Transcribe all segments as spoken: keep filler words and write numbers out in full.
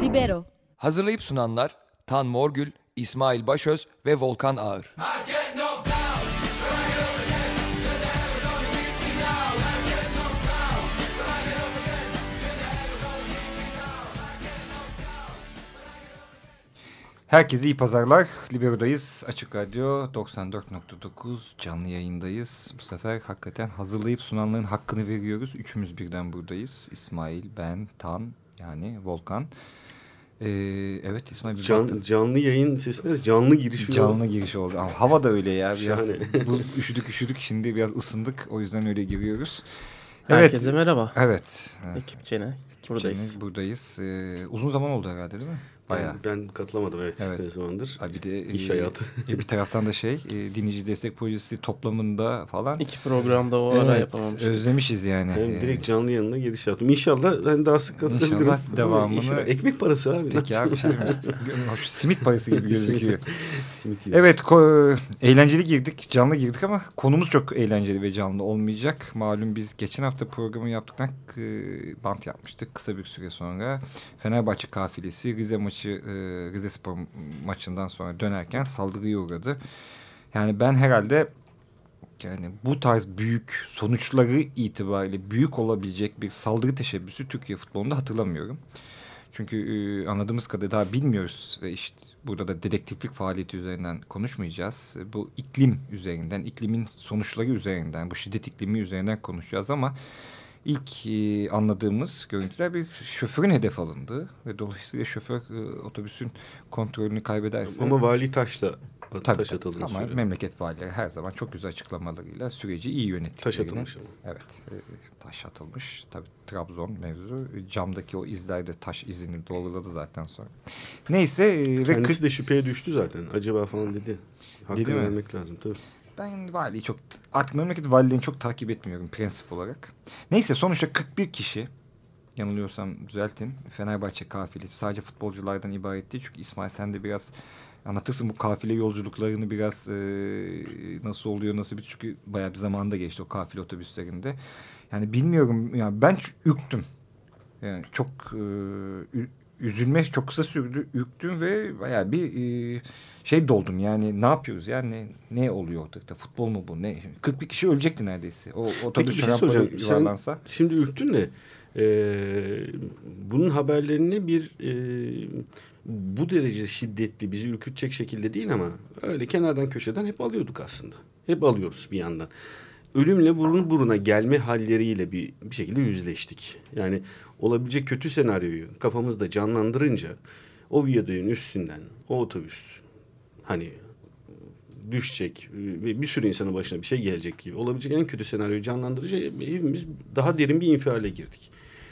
Libero. Hazırlayıp sunanlar Tan Morgül, İsmail Başöz ve Volkan Ağır. Herkese iyi pazarlar. Libero'dayız. Açık Radyo doksan dört nokta dokuz canlı yayındayız. Bu sefer hakikaten hazırlayıp sunanların hakkını veriyoruz. Üçümüz birden buradayız. İsmail, ben, Tan, yani Volkan. Ee, evet İsmail. Can, canlı yayın sesine canlı giriş Canlı giriş oldu. Ama hava da öyle ya. Biraz bu, üşüdük üşüdük. Şimdi biraz ısındık. O yüzden öyle giriyoruz. Herkese evet. merhaba. Evet. Ekip Cene. Buradayız. Buradayız. Ee, uzun zaman oldu herhalde değil mi? Bayağı. Ben, ben katılamadım evet, evet. ne zamandır. Bir de iş hayatı. E, bir taraftan da şey e, dinleyici destek projesi toplamında falan. İki programda o evet, ara yapamamıştık. Özlemişiz yani. Ben direkt canlı yanına giriş yaptım. İnşallah hani daha sık katılabilirim. İnşallah devamını. İnşallah. Ekmek parası abi. Peki abi şey, simit parası gibi gözüküyor. Simit gibi. Evet ko- eğlenceli girdik, canlı girdik ama konumuz çok eğlenceli ve canlı olmayacak. Malum biz geçen hafta programı yaptıktan e, bant yapmıştık kısa bir süre sonra. Fenerbahçe kafilesi Rize maçı e, Rize Spor maçından sonra dönerken saldırıya uğradı. Yani ben herhalde yani bu tarz büyük sonuçları itibariyle büyük olabilecek bir saldırı teşebbüsü Türkiye futbolunda hatırlamıyorum. Çünkü e, anladığımız kadarıyla daha bilmiyoruz ve işte burada da dedektiflik faaliyeti üzerinden konuşmayacağız. Bu iklim üzerinden, iklimin sonuçları üzerinden, bu şiddet iklimi üzerinden konuşacağız ama İlk e, anladığımız görüntüler bir şoförün hedef alındığı ve dolayısıyla şoför e, otobüsün kontrolünü kaybederse... Ama vali taşla tabii, taş atıldığını ama söylüyor. Memleket valileri her zaman çok güzel açıklamalarıyla süreci iyi yönettiklerini... Taş atılmış ama. Evet, e, taş atılmış. Tabii Trabzon mevzu. Camdaki o izler de taş izini doğruladı zaten sonra. Neyse... E, Kendisi ve de şüpheye düştü zaten. Acaba falan dedi. Hakkını vermek lazım tabii. Ben valiyi çok artık memleket valilerini çok takip etmiyorum prensip olarak. Neyse sonuçta kırk bir kişi yanılıyorsam düzeltin. Fenerbahçe kafilesi sadece futbolculardan ibaret değil. Çünkü İsmail sen de biraz anlatırsın bu kafile yolculuklarını biraz e, nasıl oluyor nasıl bir çünkü bayağı bir zamanda geçti o kafile otobüslerinde. Yani bilmiyorum yani ben ürktüm. Yani çok e, üzülme çok kısa sürdü. Ürktüm ve bayağı bir e, şey doldum yani ne yapıyoruz yani ne, ne oluyor orada futbol mu bu ne kırk bir kişi ölecekti neredeyse o otobüs şey soracağım yuvarlansa. Sen şimdi ürktün de e, bunun haberlerini bir e, bu derece şiddetli bizi ürkütecek şekilde değil ama öyle kenardan köşeden hep alıyorduk aslında hep alıyoruz bir yandan ölümle burun buruna gelme halleriyle bir, bir şekilde yüzleştik yani olabilecek kötü senaryoyu kafamızda canlandırınca o viyadüğün üstünden o otobüs hani düşecek ve bir sürü insanın başına bir şey gelecek gibi olabilecek en kötü senaryoyu canlandırınca hepimiz daha derin bir infiale girdik.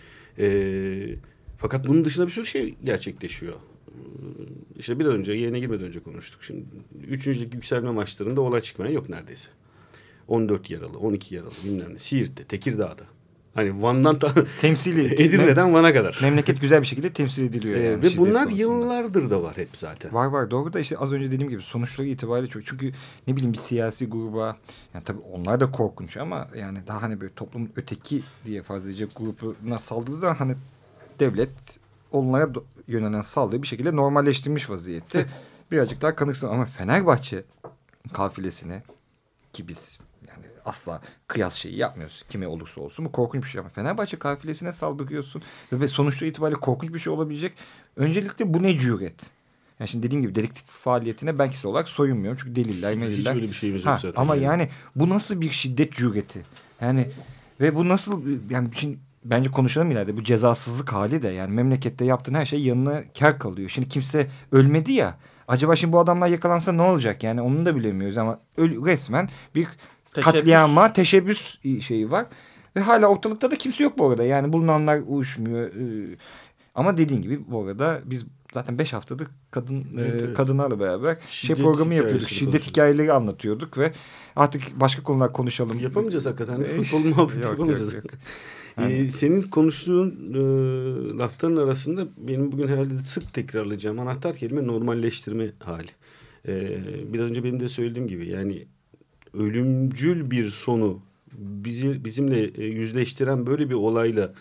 Ee, fakat bunun dışında bir sürü şey gerçekleşiyor. İşte biraz önce yayına girmeden önce konuştuk. Şimdi üçüncü lig yükselme maçlarında olay çıkmayan yok neredeyse. on dört yaralı, on iki yaralı bilmem ne. Siirt'te, Tekirdağ'da. Hani Van'dan ta temsili Edirne'den Van'a kadar. Memleket güzel bir şekilde temsil ediliyor yani. Ee, ve bunlar yıllardır da var hep zaten. Var var doğru da işte az önce dediğim gibi sonuçları itibariyle çok. Çünkü ne bileyim bir siyasi gruba yani tabii onlar da korkunç ama yani daha hani böyle toplumun öteki diye fazlaca grubuna saldırdığı zaman hani devlet onlara yönelen saldırıyı bir şekilde normalleştirmiş vaziyette. Birazcık daha kanıksın ama Fenerbahçe kafilesine ki biz yani asla kıyas şeyi yapmıyoruz. Kime olursa olsun. Bu korkunç bir şey ama Fenerbahçe kafilesine saldırıyorsun. Ve sonuçta itibariyle korkunç bir şey olabilecek. Öncelikle bu ne cüret? Yani şimdi dediğim gibi dedektif faaliyetine ben kişisel olarak soyunmuyorum. Çünkü deliller, meliller. Hiç öyle bir şeyimiz yok zaten. Ama yani. yani bu nasıl bir şiddet cüreti? Yani ve bu nasıl yani şimdi bence konuşalım ileride. Bu cezasızlık hali de yani memlekette yaptığın her şey yanına kar kalıyor. Şimdi kimse ölmedi ya. Acaba şimdi bu adamlar yakalansa ne olacak? Yani onu da bilemiyoruz ama öl, resmen bir teşebbüs. Katliama, teşebbüs şeyi var. Ve hala ortalıkta da kimse yok bu arada. Yani bulunanlar uyuşmuyor. Ee, ama dediğin gibi bu arada biz zaten beş haftadır kadın evet, e, evet. kadınlarla beraber şiddet şey programı yapıyorduk. Şiddet konuşalım. Hikayeleri anlatıyorduk ve artık başka konular konuşalım. Yapamayacağız hakikaten. Futbol muhabbeti yapamayacağız. Yok, yok. Yani. Ee, senin konuştuğun e, lafların arasında benim bugün herhalde sık tekrarlayacağım anahtar kelime normalleştirme hali. Ee, biraz önce benim de söylediğim gibi yani ölümcül bir sonu bizi bizimle e, yüzleştiren böyle bir olayla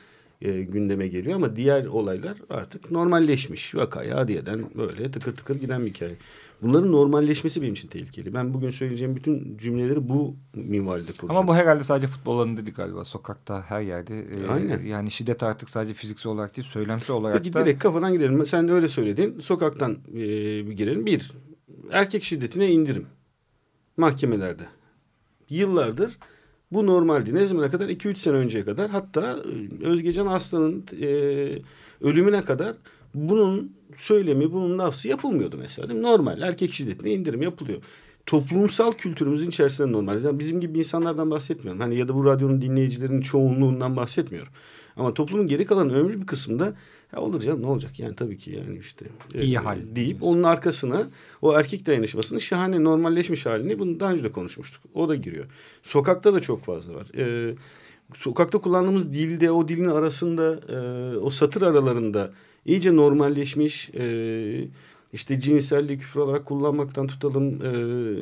e, gündeme geliyor ama diğer olaylar artık normalleşmiş. Vakaya adiyeden böyle tıkır tıkır giden bir hikaye. Bunların normalleşmesi benim için tehlikeli. Ben bugün söyleyeceğim bütün cümleleri bu minvalde konuşuyorum. Ama bu herhalde sadece futbol alanında değil galiba. Sokakta, her yerde. E, Aynen. Yani şiddet artık sadece fiziksel olarak değil, söylemsel olarak Peki, da. direkt kafadan girelim. Sen de öyle söyledin. Sokaktan e, bir girelim. Bir, erkek şiddetine indirim. Mahkemelerde. Yıllardır bu normaldi. Ne zamana kadar? iki üç sene önceye kadar. Hatta Özgecan Aslan'ın e, ölümüne kadar bunun söylemi, bunun lafzı yapılmıyordu mesela. Değil mi? Normal. Erkek şiddetine indirim yapılıyor. Toplumsal kültürümüzün içerisinde normal. Yani bizim gibi insanlardan bahsetmiyorum. Hani ya da bu radyonun dinleyicilerinin çoğunluğundan bahsetmiyorum. Ama toplumun geri kalan önemli bir kısmında ya olur canım ne olacak yani tabii ki yani işte. İyi e, hal. Deyip onun arkasına o erkek dayanışmasının şahane normalleşmiş halini bunu daha önce de konuşmuştuk. O da giriyor. Sokakta da çok fazla var. E, sokakta kullandığımız dilde o dilin arasında e, o satır aralarında iyice normalleşmiş e, işte cinselliği küfür olarak kullanmaktan tutalım e,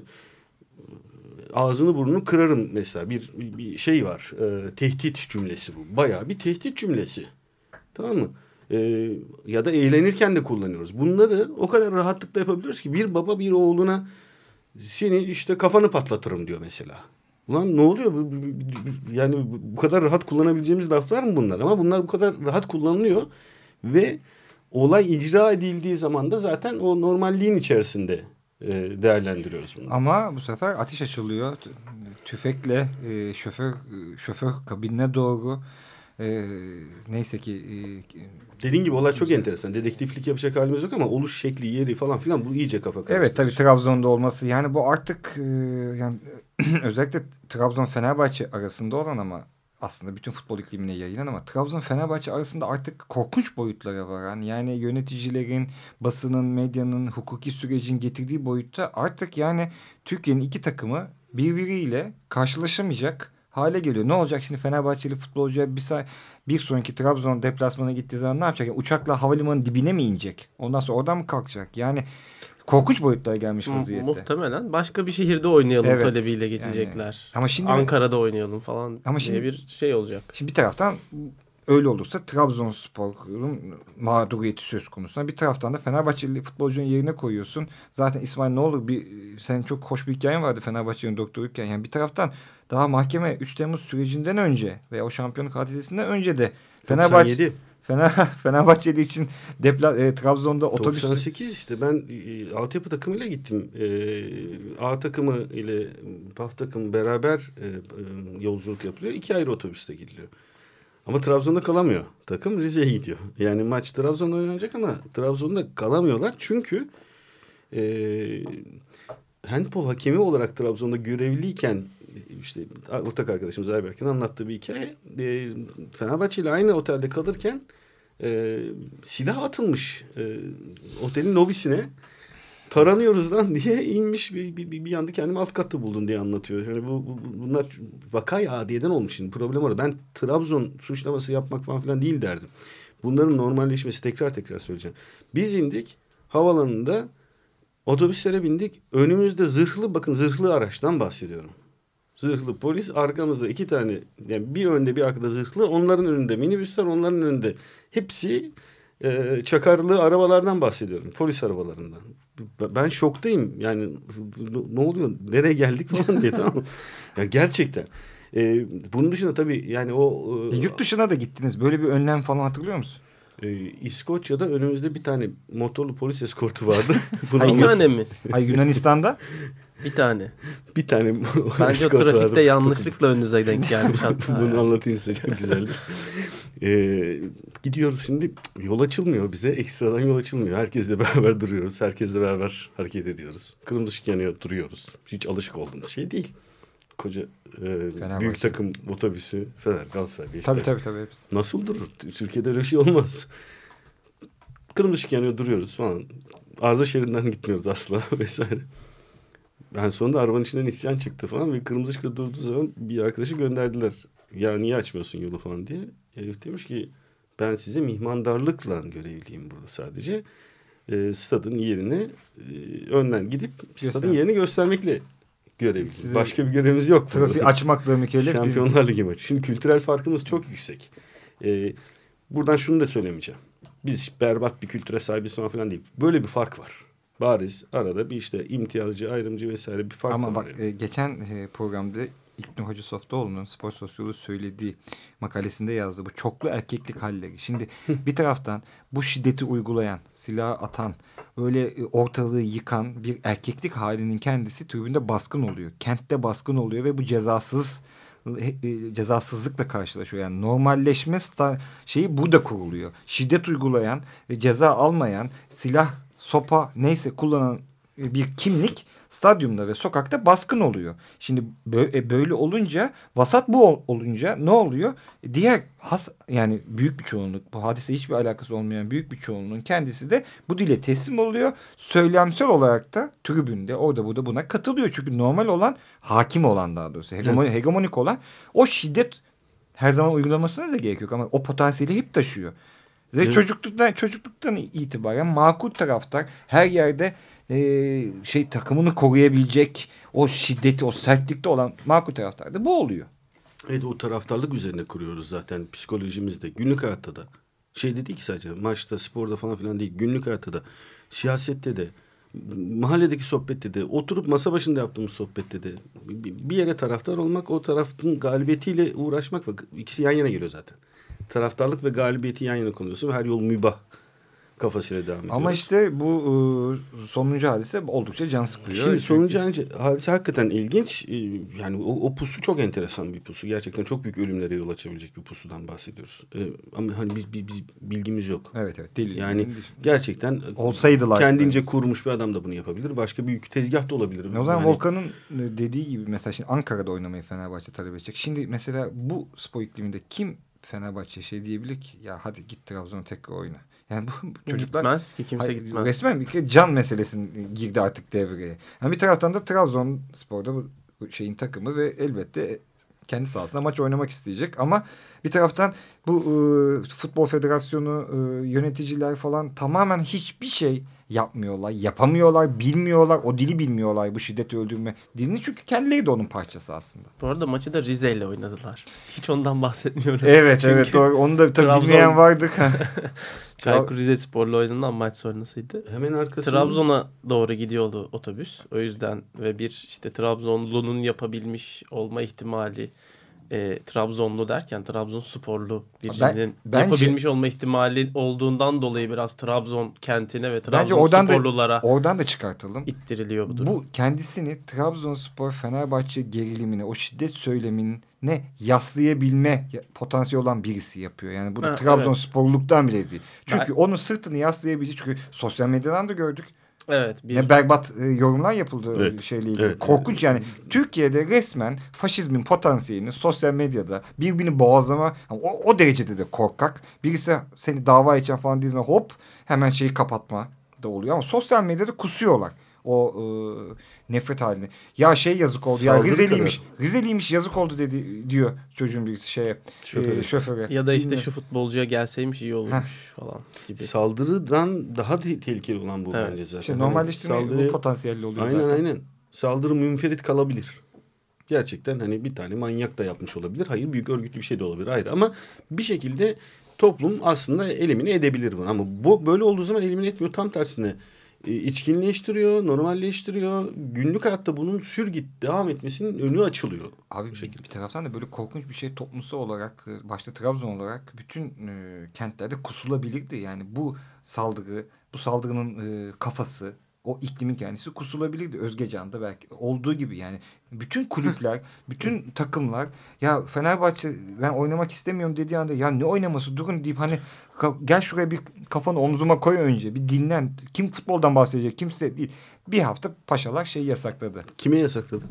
ağzını burnunu kırarım mesela bir, bir şey var. E, tehdit cümlesi bu. Bayağı bir tehdit cümlesi. Tamam mı? E, ya da eğlenirken de kullanıyoruz. Bunları o kadar rahatlıkla yapabiliyoruz ki bir baba bir oğluna seni işte kafanı patlatırım diyor mesela. Ulan ne oluyor? Yani bu kadar rahat kullanabileceğimiz laflar mı bunlar? Ama bunlar bu kadar rahat kullanılıyor ve olay icra edildiği zaman da zaten o normalliğin içerisinde e, değerlendiriyoruz bunu. Ama bu sefer ateş açılıyor. Tüfekle e, şoför şoför kabinine doğru e, neyse ki e, dediğin gibi olay çok güzel. Enteresan. Dedektiflik yapacak halimiz yok ama oluş şekli, yeri falan filan bu iyice kafa karıştırır. Evet tabii Trabzon'da olması yani bu artık e, yani özellikle Trabzon-Fenerbahçe arasında olan ama aslında bütün futbol iklimine yayılan ama Trabzon-Fenerbahçe arasında artık korkunç boyutlara varan yani yöneticilerin, basının, medyanın, hukuki sürecin getirdiği boyutta artık yani Türkiye'nin iki takımı birbiriyle karşılaşamayacak hale geliyor. Ne olacak şimdi Fenerbahçeli futbolcuya bir, bir sonraki Trabzon deplasmana gittiği zaman ne yapacak? Yani uçakla havalimanının dibine mi inecek? Ondan sonra oradan mı kalkacak? Yani korkunç boyutlara gelmiş vaziyette. Muhtemelen başka bir şehirde oynayalım evet, talebiyle geçecekler. Yani, ama şimdi Ankara'da mi? Oynayalım falan ama diye şimdi, bir şey olacak. Şimdi bir taraftan öyle olursa Trabzonspor'un mağduriyeti söz konusu. Bir taraftan da Fenerbahçeli futbolcunun yerine koyuyorsun. Zaten İsmail ne olur bir senin çok hoş bir hikayen vardı Fenerbahçe'nin doktoruyken. Yani bir taraftan daha mahkeme üç Temmuz sürecinden önce veya o şampiyonluk hadisesinden önce de Fenerbahçe Fener, Fenerbahçeli için depla, e, Trabzon'da otobüs... doksan sekiz işte ben e, altyapı takımıyla gittim. E, A takımı ile P A F takımı beraber e, e, yolculuk yapılıyor. İki ayrı otobüste gidiliyor. Ama Trabzon'da kalamıyor. Takım Rize'ye gidiyor. Yani maç Trabzon'da oynanacak ama Trabzon'da kalamıyorlar. Çünkü e, handbol hakemi olarak Trabzon'da görevliyken işte ortak arkadaşımız Ayberk'in anlattığı bir hikaye. E, Fenerbahçe ile aynı otelde kalırken e, silah atılmış e, otelin lobisine taranıyoruz lan diye inmiş bir, bir, bir anda kendimi alt katta buldum diye anlatıyor. Yani bu, bu bunlar vakay adiyeden olmuş şimdi problem orada. Ben Trabzon suçlaması yapmak falan filan değil derdim. Bunların normalleşmesi tekrar tekrar söyleyeceğim. Biz indik havalanında otobüslere bindik. Önümüzde zırhlı bakın zırhlı araçtan bahsediyorum. Zırhlı polis arkamızda iki tane yani bir önde bir arkada zırhlı onların önünde minibüsler onların önünde hepsi e, çakarlı arabalardan bahsediyorum. Polis arabalarından. Ben şoktayım yani ne oluyor nereye geldik falan diye tamam mı? Ya gerçekten. E, bunun dışında tabii yani o... E, yurt dışına da gittiniz böyle bir önlem falan hatırlıyor musun? E, İskoçya'da önümüzde bir tane motorlu polis eskortu vardı. Bir tane mi? Hayır Yunanistan'da? Bir tane. Bir tane. Bence o trafikte vardı. Yanlışlıkla önünüze denk gelmiş hatta. Bunu anlatayım size çok güzel. Ee, gidiyoruz şimdi yol açılmıyor bize. Ekstradan yol açılmıyor. Herkesle beraber duruyoruz. Herkesle beraber hareket ediyoruz. Kırmızı ışık yanıyor duruyoruz. Hiç alışık olduğumuz şey değil. Koca e, büyük takım otobüsü Fener, Galatasaray, Beşiktaş. Tabii tabii tabii. Hepsi. Nasıl durur? Türkiye'de öyle bir şey olmaz. Kırmızı ışık yanıyor duruyoruz falan. Arıza şeridinden gitmiyoruz asla vesaire. Ben sonunda arabanın içinden isyan çıktı falan ve kırmızı ışıkta durduğu zaman bir arkadaşı gönderdiler. Ya niye açmıyorsun yolu falan diye. Herif demiş ki ben size mihmandarlıkla görevliyim burada sadece. E, stadın yerini e, önden gidip Göster. stadın yerini göstermekle görevliyim. Size başka bir görevimiz yok. Trafiği açmakla mükellef. Şampiyonlar Ligi maçı. Şimdi kültürel farkımız çok yüksek. E, buradan şunu da söylemeyeceğim. Biz berbat bir kültüre sahibiz falan değil. Böyle bir fark var. Bariz arada bir işte imtiyazcı, ayrımcı vesaire bir fark var. Ama bak e, geçen e, programda İlknur Hoca Softoğlu'nun spor sosyoloğu söylediği makalesinde yazdı. Bu çoklu erkeklik halleri. Şimdi bir taraftan bu şiddeti uygulayan, silah atan, öyle e, ortalığı yıkan bir erkeklik halinin kendisi tribünde baskın oluyor. Kentte baskın oluyor ve bu cezasız e, cezasızlıkla karşılaşıyor. Yani normalleşme şeyi burada kuruluyor. Şiddet uygulayan ve ceza almayan, silah, sopa neyse kullanan bir kimlik stadyumda ve sokakta baskın oluyor. Şimdi böyle olunca, vasat bu olunca ne oluyor? Diğer has, yani büyük bir çoğunluk, bu hadise hiçbir alakası olmayan büyük bir çoğunluğun kendisi de bu dile teslim oluyor. Söylemsel olarak da tribünde orada burada buna katılıyor. Çünkü normal olan, hakim olan daha doğrusu, hegemon, hegemonik olan o şiddet her zaman uygulamasına da gerek yok ama o potansiyeli hep taşıyor. Ve evet. çocukluktan çocukluktan itibaren makul taraftar her yerde e, şey takımını koruyabilecek o şiddeti, o sertlikte olan makul taraftarda bu oluyor. Evet, o taraftarlık üzerine kuruyoruz zaten psikolojimizde, günlük hayatta da. Şey değil ki sadece maçta, sporda falan filan değil. Günlük hayatta da, siyasette de, mahalledeki sohbette de, oturup masa başında yaptığımız sohbette de bir yere taraftar olmak, o tarafın galibiyetiyle uğraşmak, ikisi yan yana geliyor zaten. Taraftarlık ve galibiyeti yan yana konuyorsun. Her yol mübah kafasıyla devam ediyoruz. Ama işte bu e, sonuncu hadise oldukça can sıkıyor. Şimdi çünkü... sonuncu hadise hakikaten ilginç. E, yani o, o pusu çok enteresan bir pusu. Gerçekten çok büyük ölümlere yol açabilecek bir pusudan bahsediyoruz. E, ama hani biz, biz, biz bilgimiz yok. Evet evet. Deli, yani deli. Gerçekten olsaydılar kendince yani. Kurmuş bir adam da bunu yapabilir. Başka büyük tezgah da olabilir. O zaman yani... Volkan'ın dediği gibi mesela şimdi Ankara'da oynamayı Fenerbahçe talep edecek. Şimdi mesela bu spor ikliminde kim Fenerbahçe şey diyebilir ki ya hadi git Trabzon'a tekrar oyna. Yani bu çocuklar gitmez ki kimse hayır, gitmez. Resmen bir can meselesinin girdi artık devreye. Yani bir taraftan da Trabzonspor'da bu şeyin takımı ve elbette kendi sahasında maç oynamak isteyecek ama bir taraftan bu e, Futbol Federasyonu e, yöneticiler falan tamamen hiçbir şey yapmıyorlar, yapamıyorlar, bilmiyorlar, o dili bilmiyorlar, bu şiddeti öldürme dilini, çünkü kendileri de onun parçası aslında. Bu arada maçı da Rize ile oynadılar. Hiç ondan bahsetmiyorum. Evet çünkü evet doğru. Onu da tabii Trabzon, bilmeyen vardı. Çaykur Rizespor'la oynanan maç sonrasıydı. Hemen arkasında Trabzon'a doğru gidiyordu otobüs. O yüzden ve bir işte Trabzonlu'nun yapabilmiş olma ihtimali, E, Trabzonlu derken Trabzonsporlu birinin ben, yapabilmiş olma ihtimali olduğundan dolayı biraz Trabzon kentine ve Trabzonsporlulara oradan, oradan da çıkartalım. İttiriliyor bu durum. Bu kendisini Trabzonspor Fenerbahçe gerilimine, o şiddet söylemine yaslayabilme potansiyeli olan birisi yapıyor. Yani bu da Trabzonsporluktan evet. bile değil. Çünkü ben, onun sırtını yaslayabilecek, çünkü sosyal medyadan da gördük. Evet. Bir... Ne berbat e, yorumlar yapıldı evet. şeyle ilgili. Evet. Korkunç yani. Türkiye'de resmen faşizmin potansiyelini sosyal medyada birbirini boğazlama, o, o derecede de korkak. Birisi seni dava edeceğim falan dediğinde hop hemen şeyi kapatma da oluyor. Ama sosyal medyada kusuyorlar o e, nefret halini. Ya şey yazık oldu ya, Rizeliymiş. Rizeliymiş yazık oldu dedi diyor çocuğun birisi şeye şoföre. E, şoföre. Ya da işte Bilmiyorum. Şu futbolcuya gelseymiş iyi olurmuş Heh. falan gibi. Saldırıdan daha te- tehlikeli olan bu evet. bence zaten. İşte normalleştirme hani saldırı, bu potansiyelli oluyor aynen, zaten. Aynen aynen. Saldırı münferit kalabilir. Gerçekten hani bir tane manyak da yapmış olabilir. Hayır, büyük örgütlü bir şey de olabilir. Hayır, ama bir şekilde toplum aslında elimine edebilir bunu. Ama bu böyle olduğu zaman elimine etmiyor. Tam tersine içkinleştiriyor, normalleştiriyor. Günlük hayatta bunun sürgit devam etmesinin önü açılıyor. Abi bir, bir taraftan da böyle korkunç bir şey toplumsal olarak, başta Trabzon olarak bütün e, kentlerde kusulabilirdi. Yani bu saldırı, bu saldırının e, kafası, o iklimin kendisi kusulabilirdi. Özgecan'da belki olduğu gibi yani bütün kulüpler, bütün takımlar ya Fenerbahçe ben oynamak istemiyorum dediği anda ya ne oynaması durun deyip hani gel şuraya bir kafanı omzuma koy önce bir dinlen. Kim futboldan bahsedecek kimse değil. Bir hafta paşalar şeyi yasakladı. Kime yasakladı?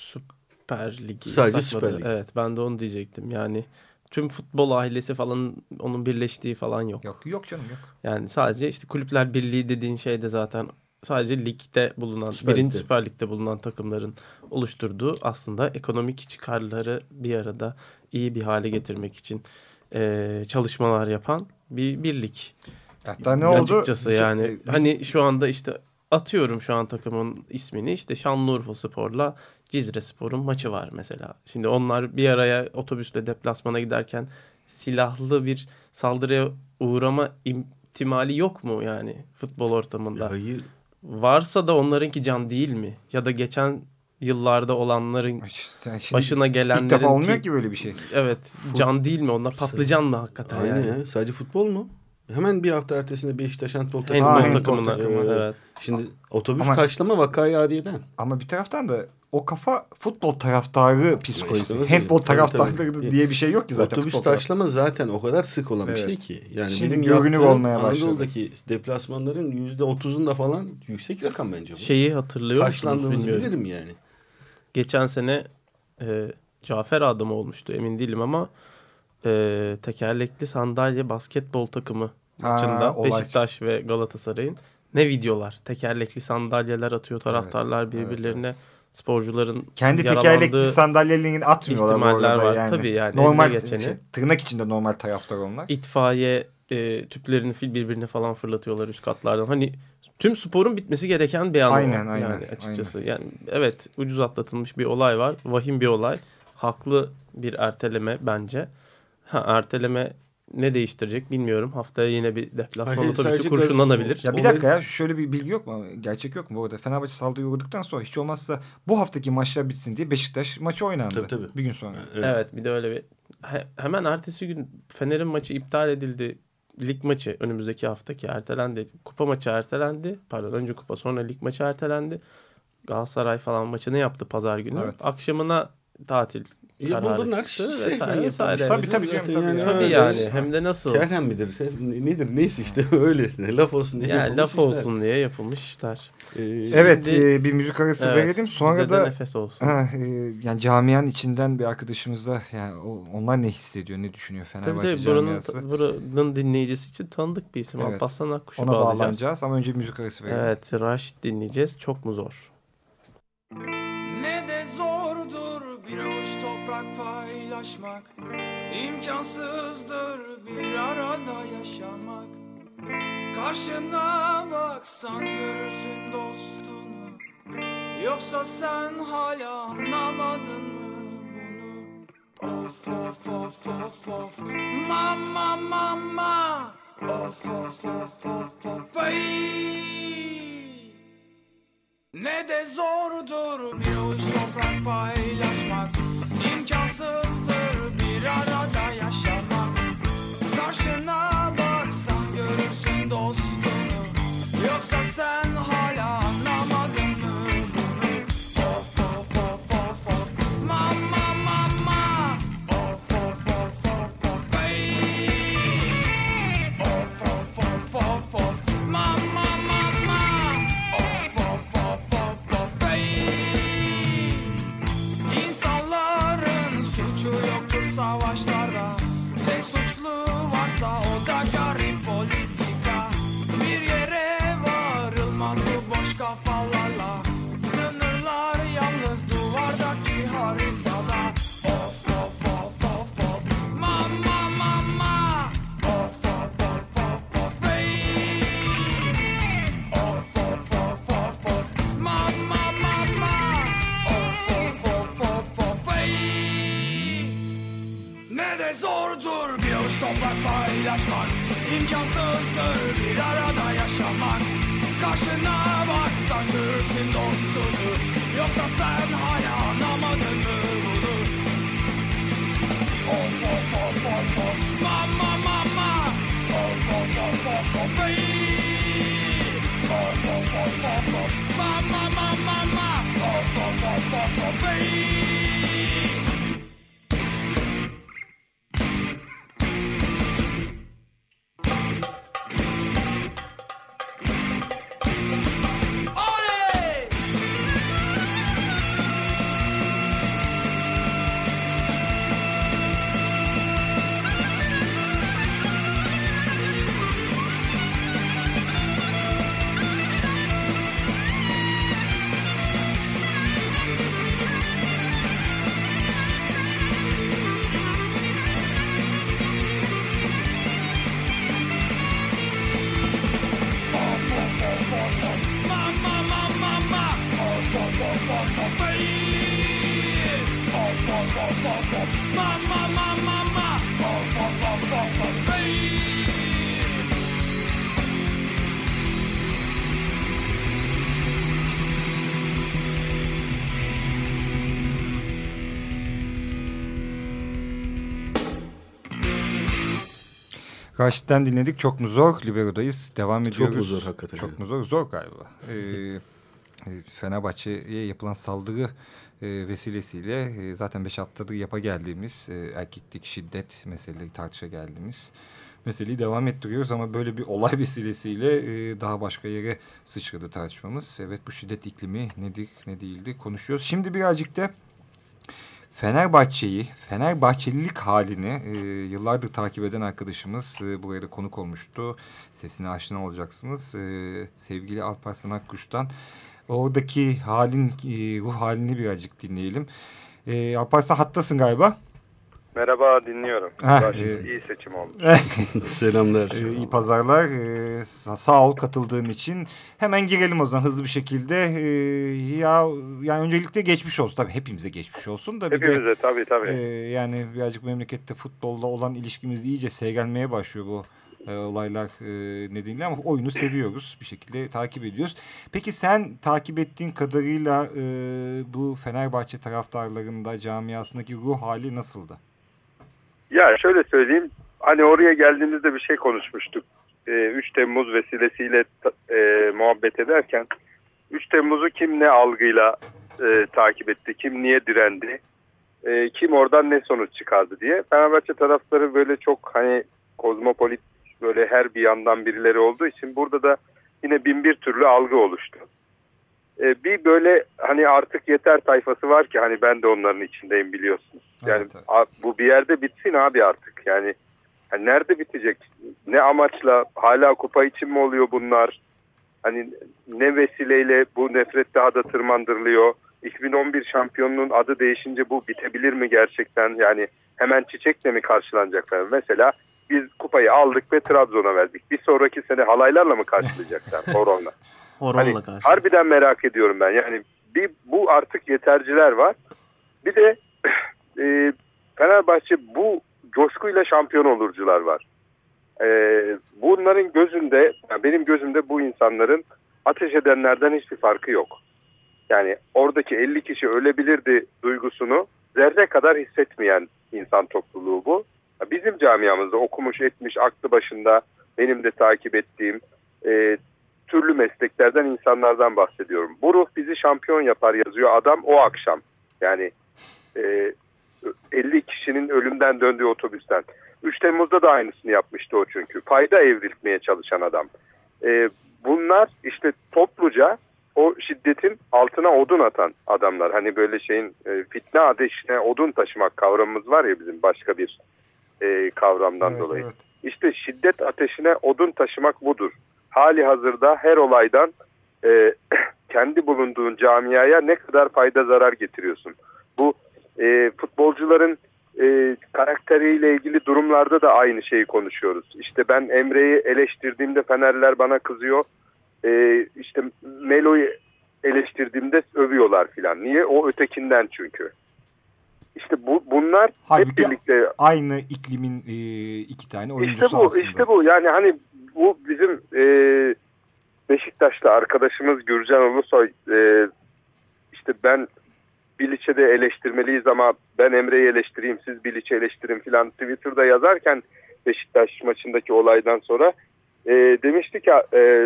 Süper Ligi Sadece yasakladı. Süper Lig. Evet, ben de onu diyecektim. Yani tüm futbol ailesi falan onun birleştiği falan yok. Yok yok canım yok. Yani sadece işte Kulüpler Birliği dediğin şey de zaten sadece ligde bulunan, Süper birinci Lig'de. Süper Lig'de bulunan takımların oluşturduğu aslında ekonomik çıkarları bir arada iyi bir hale getirmek için e, çalışmalar yapan bir birlik. Hatta ne oldu? Açıkçası yani e, hani şu anda işte atıyorum şu an takımın ismini işte Şanlıurfaspor'la Cizrespor'un maçı var mesela. Şimdi onlar bir araya otobüsle deplasmana giderken silahlı bir saldırıya uğrama ihtimali yok mu yani futbol ortamında? Hayır. Varsa da onlarınki can değil mi? Ya da geçen yıllarda olanların işte başına gelenlerin... İlk defa olmuyor ki böyle bir şey. Evet. Can değil mi? Onlar patlıcan mı hakikaten? Aynen yani? ya. Sadece futbol mu? Hemen bir hafta ertesinde Beşiktaş handbol takımı. Handbol takımına. Ee, evet. Şimdi otobüs ama, taşlama vakayı adiyeden. Ama bir taraftan da o kafa futbol taraftarı psikolojisi. İşte handbol taraftarı tabii. diye bir şey yok ki zaten. Otobüs taşlama zaten o kadar sık olan evet. bir şey ki. Yani şimdi benim görünür olmaya başladı. Anadolu'daki deplasmanların yüzde otuzunda falan yüksek rakam bence bu. Şeyi hatırlıyor musunuz? Taşlandığımızı bilirim yani. Geçen sene e, Cafer adı mı olmuştu emin değilim ama e, tekerlekli sandalye basketbol takımı maçında ha, Beşiktaş ve Galatasaray'ın ne videolar. Tekerlekli sandalyeler atıyor taraftarlar evet, birbirlerine. Evet, evet. Sporcuların kendi tekerlekli sandalyelerini atmıyorlar bu arada var. yani. Tabii yani. Normal şey, tırnak içinde normal taraftar onlar. İtfaiye e, tüplerini birbirine falan fırlatıyorlar üst katlardan. Hani tüm sporun bitmesi gereken bir an aynen, o. Aynen, yani açıkçası. Aynen. Yani evet ucuz atlatılmış bir olay var. Vahim bir olay. Haklı bir erteleme bence. Ha erteleme ne değiştirecek bilmiyorum. Haftaya yine bir deplasman Hayır, otobüsü kurşunlanabilir. Ya bir dakika ya şöyle bir bilgi yok mu? Gerçek yok mu bu arada? Fenerbahçe saldırıya uğradıktan sonra hiç olmazsa bu haftaki maçlar bitsin diye Beşiktaş maçı oynandı. Tabii, tabii. Bir gün sonra. Evet. evet bir de öyle bir he, hemen ertesi gün Fener'in maçı iptal edildi. Lig maçı önümüzdeki haftaki ertelendi. Kupa maçı ertelendi. Pardon önce kupa sonra lig maçı ertelendi. Galatasaray falan maçını yaptı pazar günü. Evet. Akşamına tatil ya bunlar çıktı şey vesaire vesaire. Tabii tabii canım, tabii, yani, tabii yani. yani hem de nasıl? Kerem midir? Nedir? Neyse işte öylesine. Laf olsun diye yani laf işler. olsun diye yapılmış işler. Ee, evet şimdi, e, bir müzik arası evet, verelim. Sonra da nefes olsun. Ha, e, yani camianın içinden bir arkadaşımız da yani o, onlar ne hissediyor, ne düşünüyor Fenerbahçe tabii, tabii, camiası. Buranın, buranın dinleyicisi için tanıdık bir isim. Evet. Alparslan Akkuş'u ona bağlayacağız. bağlanacağız ama önce bir müzik arası verelim. Evet, Raşit dinleyeceğiz. Çok mu zor? Ne de zordur bir avuç toprak paylaşmak, imkansızdır bir arada yaşamak. Karşına baksan görürsün dostunu, yoksa sen hala anlamadın mı bunu? Of of of of of mama mama, of of of of of ay. Ne de zordur bir avuç toprak paylaşmak, imkansızdır bir arada yaşamak. Karşına baksan görürsün dostunu, yoksa sen hala anlamadın mı bunu? Of of of of of mama mama, of of of of of ay. Of of of of of mama mama, of of of of of ay. İnsanların suçu yoktur savaşlarda, tek suçlu varsa o da garip politika. Bir yere varılmaz bu boş kafalarla, sınırlar yalnız duvardaki haritada. Of of of of of mama mama, of of of of of ay. Of of of of of mama mama, of of of of of ay. Ne de zordur bir avuç toprak paylaşmak, imkansızdır bir arada yaşamak. Karşına baksan görürsün dostunu, yoksa sen hala anlamadın mı bunu? Of of of of of mama mama, of of of of of ay. Of of of of of mama mama, of of of of of ay. Mama, mama, mama, oh, oh, oh. Raşit'ten dinledik. Çok mu zor? Libero'dayız. Devam ediyoruz. Çok mu zor hakikaten? Çok mu zor? Zor galiba. Ee, Fenerbahçe'ye yapılan saldırı e, vesilesiyle e, zaten beş haftadır yapa geldiğimiz e, erkeklik şiddet meseleleri tartışa geldiğimiz meseleyi devam ettiriyoruz ama böyle bir olay vesilesiyle e, daha başka yere sıçradı tartışmamız. Evet, bu şiddet iklimi nedir ne değildir konuşuyoruz. Şimdi birazcık da Fenerbahçe'yi, Fenerbahçelilik halini e, yıllardır takip eden arkadaşımız e, buraya da konuk olmuştu. Sesine aşina olacaksınız. E, sevgili Alparslan Akkuş'tan oradaki halin, e, ruh halini birazcık dinleyelim. E, Alparslan hattasın galiba. Merhaba, dinliyorum. Ha, e... İyi seçim oldu. Selamlar. E, iyi pazarlar. E, sağ ol katıldığın için. Hemen girelim o zaman hızlı bir şekilde. E, ya yani öncelikle geçmiş olsun. Tabii hepimize geçmiş olsun da. Bir hepimize de, tabii tabii. E, yani birazcık memlekette futbolla olan ilişkimiz iyice seyrelmeye başlıyor bu e, olaylar e, nedeniyle ama oyunu seviyoruz. Bir şekilde takip ediyoruz. Peki sen takip ettiğin kadarıyla e, bu Fenerbahçe taraftarlarında camiasındaki ruh hali nasıldı? Ya şöyle söyleyeyim, hani oraya geldiğimizde bir şey konuşmuştuk. Ee, üç Temmuz vesilesiyle e, muhabbet ederken üç Temmuz'u kim ne algıyla e, takip etti, kim niye direndi, e, kim oradan ne sonuç çıkardı diye. Fenerbahçe taraftarı böyle çok hani kozmopolit, böyle her bir yandan birileri olduğu için burada da yine bin bir türlü algı oluştu. E, bir böyle hani artık yeter tayfası var ki hani ben de onların içindeyim biliyorsunuz. Yani evet, evet. Bu bir yerde bitsin abi artık. Yani, yani nerede bitecek? Ne amaçla? Hala kupa için mi oluyor bunlar? Hani ne vesileyle bu nefret daha da tırmandırılıyor? iki bin on bir şampiyonluğun adı değişince bu bitebilir mi gerçekten? Yani hemen çiçekle mi karşılanacak falan? Mesela biz kupayı aldık ve Trabzon'a verdik. Bir sonraki sene halaylarla mı karşılayacaklar? Horonla. Horonla hani, karşı. Harbiden merak ediyorum ben. Yani bir bu artık yeterciler var. Bir de e, Fenerbahçe bu coşkuyla şampiyon olurcular var. E, bunların gözünde, yani benim gözümde bu insanların ateş edenlerden hiçbir farkı yok. Yani oradaki elli kişi ölebilirdi duygusunu zerre kadar hissetmeyen insan topluluğu bu. Bizim camiamızda okumuş etmiş, aklı başında, benim de takip ettiğim e, türlü mesleklerden insanlardan bahsediyorum. Bu ruh bizi şampiyon yapar yazıyor adam o akşam. Yani e, elli kişinin ölümden döndüğü otobüsten. üç Temmuz'da da aynısını yapmıştı o çünkü. Fayda evrilmeye çalışan adam. E, bunlar işte topluca o şiddetin altına odun atan adamlar. Hani böyle şeyin e, fitne ateşine odun taşımak kavramımız var ya bizim başka bir e, kavramdan evet, dolayı. Evet. İşte şiddet ateşine odun taşımak budur. Hali hazırda her olaydan e, kendi bulunduğun camiaya ne kadar fayda zarar getiriyorsun. Bu e, futbolcuların e, karakteriyle ilgili durumlarda da aynı şeyi konuşuyoruz. İşte ben Emre'yi eleştirdiğimde Fenerliler bana kızıyor. E, işte Melo'yu eleştirdiğimde övüyorlar filan. Niye? O ötekinden çünkü. İşte bu bunlar Halbuki hep birlikte aynı iklimin e, iki tane oyuncusu işte bu, aslında. İşte bu. Yani hani bu bizim e, Beşiktaş'ta arkadaşımız Gürcan Ulusoy e, işte ben Bilic'e de eleştirmeliyiz ama ben Emre'yi eleştireyim, siz Bilic'i eleştirin filan Twitter'da yazarken Beşiktaş maçındaki olaydan sonra e, demişti ki e,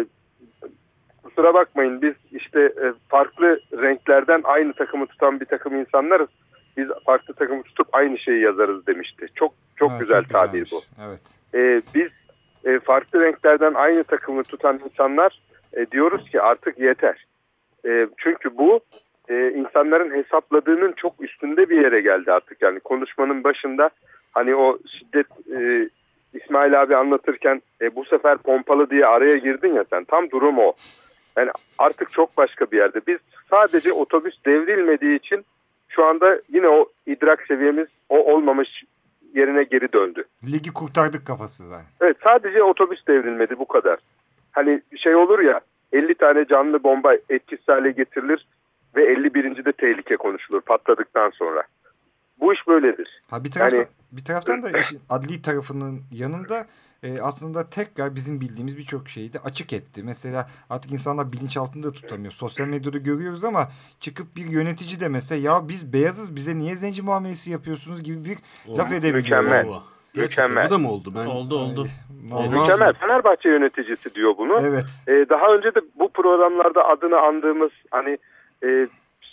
kusura bakmayın biz işte e, farklı renklerden aynı takımı tutan bir takım insanlarız. Biz farklı takımı tutup aynı şeyi yazarız demişti. Çok çok evet, güzel çok tabir güzelmiş. bu. Evet. E, biz e, farklı renklerden aynı takımı tutan insanlar e, diyoruz ki artık yeter. E, çünkü bu e, insanların hesapladığının çok üstünde bir yere geldi artık. Yani konuşmanın başında hani o şiddet e, İsmail abi anlatırken e, bu sefer pompalı diye araya girdin ya sen. Tam durum o. Yani artık çok başka bir yerde. Biz sadece otobüs devrilmediği için şu anda yine o idrak seviyemiz o olmamış yerine geri döndü. Ligi kurtardık kafası zaten. Evet, sadece otobüs devrilmedi, bu kadar. Hani şey olur ya, elli tane canlı bomba etkisiz hale getirilir ve elli birinci de tehlike konuşulur patladıktan sonra. Bu iş böyledir. Ha, bir taraftan, yani, bir taraftan da işin adli tarafının yanında e, aslında tekrar bizim bildiğimiz birçok şeyi de açık etti. Mesela artık insanlar bilinçaltında tutamıyor. Sosyal medyada görüyoruz ama çıkıp bir yönetici de mesela ya biz beyazız bize niye zenci muamelesi yapıyorsunuz gibi bir o, laf edebiliyor. Mükemmel. Yani. Gerçekten Mükemmel. bu da mı oldu? Ben... Oldu oldu. Ay, Mükemmel. Fenerbahçe yöneticisi diyor bunu. Evet. Ee, daha önce de bu programlarda adını andığımız hani e,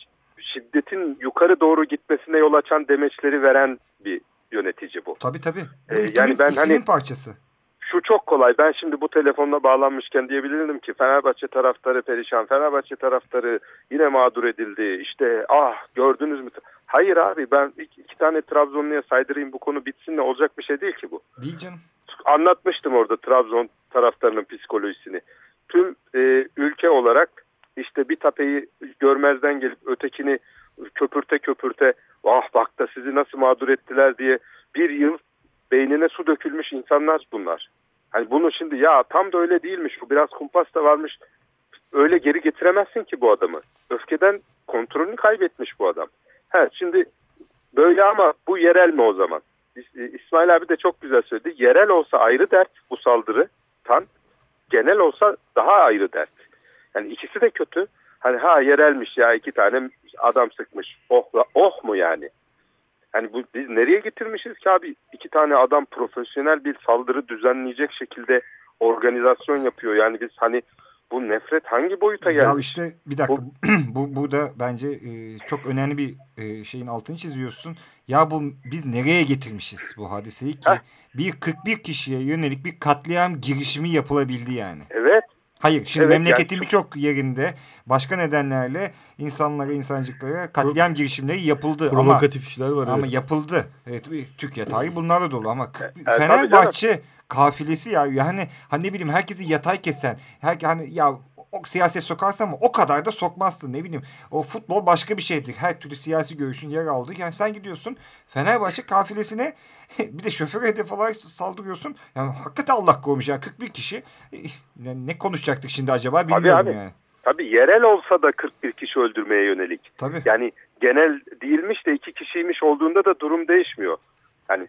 şiddetin yukarı doğru gitmesine yol açan demeçleri veren bir yönetici bu. Tabii tabii. Bu Ee, iklimin, yani ben iklimin hani parçası. şu çok kolay. Ben şimdi bu telefonla bağlanmışken diyebilirdim ki Fenerbahçe taraftarı perişan. Fenerbahçe taraftarı yine mağdur edildi. İşte ah gördünüz mü? Hayır abi, ben iki, iki tane Trabzonlu'ya saydırayım, bu konu bitsin, ne olacak bir şey değil ki bu. Değil canım. Anlatmıştım orada Trabzon taraftarının psikolojisini. Tüm e, ülke olarak işte bir tapeyi görmezden gelip ötekini köpürte köpürte ah bak da sizi nasıl mağdur ettiler diye bir yıl beynine su dökülmüş insanlar bunlar. Hani bunu şimdi ya tam da öyle değilmiş, bu biraz kumpas da varmış, öyle geri getiremezsin ki bu adamı. Öfkeden kontrolünü kaybetmiş bu adam. Ha, şimdi böyle ama bu yerel mi o zaman? İsmail abi de çok güzel söyledi. Yerel olsa ayrı dert bu saldırı tan, genel olsa daha ayrı dert. Yani ikisi de kötü. Hani ha yerelmiş ya, iki tane adam sıkmış. Oh, oh mu yani? Hani bu biz nereye getirmişiz ki abi? İki tane adam profesyonel bir saldırı düzenleyecek şekilde organizasyon yapıyor. Yani biz hani bu nefret hangi boyuta geldi? Ya işte bir dakika. Bu, bu burada bence e, çok önemli bir e, şeyin altını çiziyorsun. Ya bu biz nereye getirmişiz bu hadiseyi ki? Heh. Bir kırk bir kişiye yönelik bir katliam girişimi yapılabildi yani. Evet. Hayır, şimdi evet, memleketin yani... birçok yerinde başka nedenlerle insanlara, insancıklara katliam Pro, girişimleri yapıldı. Provokatif ama, işler var. Ama evet. yapıldı. Evet, Türkiye tarihi bunlarla dolu ama e, Fenerbahçe kafilesi ya yani hani ne bileyim herkesi yatay kesen, her, hani ya o siyaset sokarsan ama o kadar da sokmazsın, ne bileyim. O futbol başka bir şeydir. Her türlü siyasi görüşün yer aldığı. Yani sen gidiyorsun Fenerbahçe kafilesine bir de şoförü hedef olarak saldırıyorsun. Yani hakikaten Allah korumuş. Yani kırk bir kişi. Yani ne konuşacaktık şimdi acaba bilmiyorum abi, abi. yani. Tabii yerel olsa da kırk bir kişi öldürmeye yönelik. Tabii. Yani genel değilmiş de iki kişiymiş olduğunda da durum değişmiyor. Yani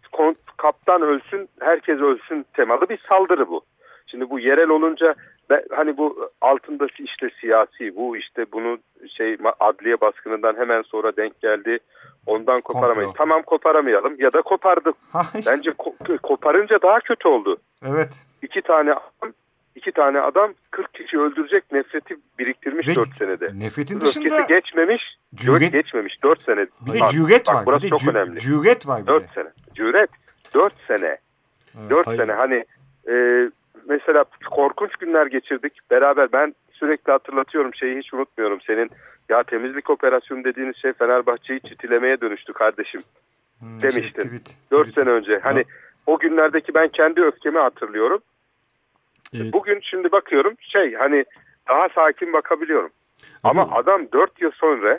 kaptan ölsün, herkes ölsün temalı bir saldırı bu. Şimdi bu yerel olunca ben, hani bu altında işte siyasi, bu işte bunu şey adliye baskınından hemen sonra denk geldi. Ondan koparamayız. Komplo. Tamam koparamayalım ya da kopardık. Bence ko- koparınca daha kötü oldu. Evet. İki tane adam, iki tane adam kırk kişi öldürecek nefreti biriktirmiş ve dört senede. Nefretin dışında öfkesi geçmemiş, cüret geçmemiş dört sene. Bir de cüret var. Burası bir de çok cü- önemli. Cüret var bir dört de. sene. Cüret dört sene. Evet, dört hayır. sene hani e, mesela korkunç günler geçirdik beraber. Ben sürekli hatırlatıyorum, şeyi hiç unutmuyorum. Senin ya temizlik operasyonu dediğiniz şey Fenerbahçe'yi çitilemeye dönüştü kardeşim hmm, demiştin. Şey, tweet, dört tweet. sene önce. Hani ya. O günlerdeki ben kendi öfkemi hatırlıyorum. Evet. Bugün şimdi bakıyorum şey hani daha sakin bakabiliyorum. Evet. Ama adam dört yıl sonra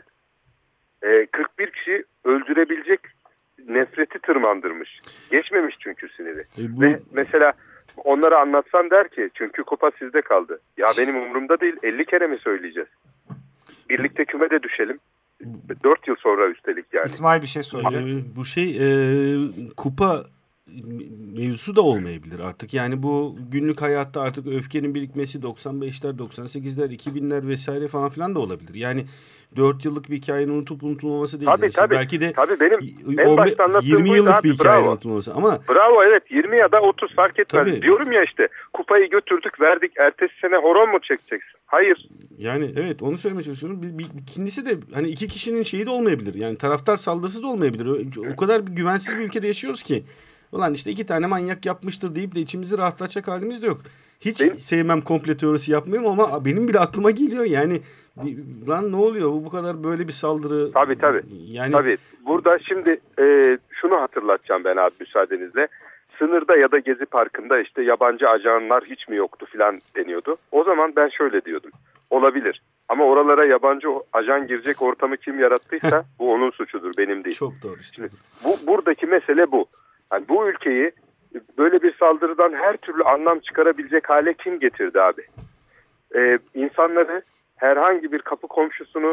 e, kırk bir kişi öldürebilecek nefreti tırmandırmış. Geçmemiş çünkü siniri. E bu... Ve mesela onlara anlatsan der ki çünkü kupa sizde kaldı. Ya benim umurumda değil, elli kere mi söyleyeceğiz? Birlikte kümede düşelim. dört yıl sonra üstelik yani. İsmail bir şey soracak. Ee, bu şey e, kupa mevzusu da olmayabilir artık. Yani bu günlük hayatta artık öfkenin birikmesi doksan beşler, doksan sekizler, iki binler vesaire falan filan da olabilir. Yani dört yıllık bir hikayenin unutup unutulmaması değil. Tabii tabii. Belki de tabii benim en başta anlattığım yirmi yıllık abi, bir hikayenin bravo. unutulmaması. Ama bravo evet yirmi ya da otuz fark etmez. Tabii. Diyorum ya işte kupayı götürdük verdik, ertesi sene horon mu çekeceksin? Hayır. Yani evet onu söylemeye çalışıyorum. Bir, bir, ikincisi de hani iki kişinin şeyi de olmayabilir. Yani taraftar saldırısı da olmayabilir. O, o kadar bir güvensiz bir ülkede yaşıyoruz ki. Ulan işte iki tane manyak yapmıştır deyip de içimizi rahatlatacak halimiz de yok. Hiç benim, sevmem komple teorisi yapmıyorum ama benim bile aklıma geliyor yani. Lan ne oluyor bu bu kadar böyle bir saldırı? Tabii tabii. Yani... Tabii. Burada şimdi e, şunu hatırlatacağım ben abi müsaadenizle. Sınırda ya da Gezi Parkı'nda işte yabancı ajanlar hiç mi yoktu filan deniyordu. O zaman ben şöyle diyordum. Olabilir. Ama oralara yabancı ajan girecek ortamı kim yarattıysa bu onun suçudur, benim değil. Çok doğru işte. Şimdi, bu, buradaki mesele bu. Yani bu ülkeyi böyle bir saldırıdan her türlü anlam çıkarabilecek hale kim getirdi abi? Ee, insanları, herhangi bir kapı komşusunu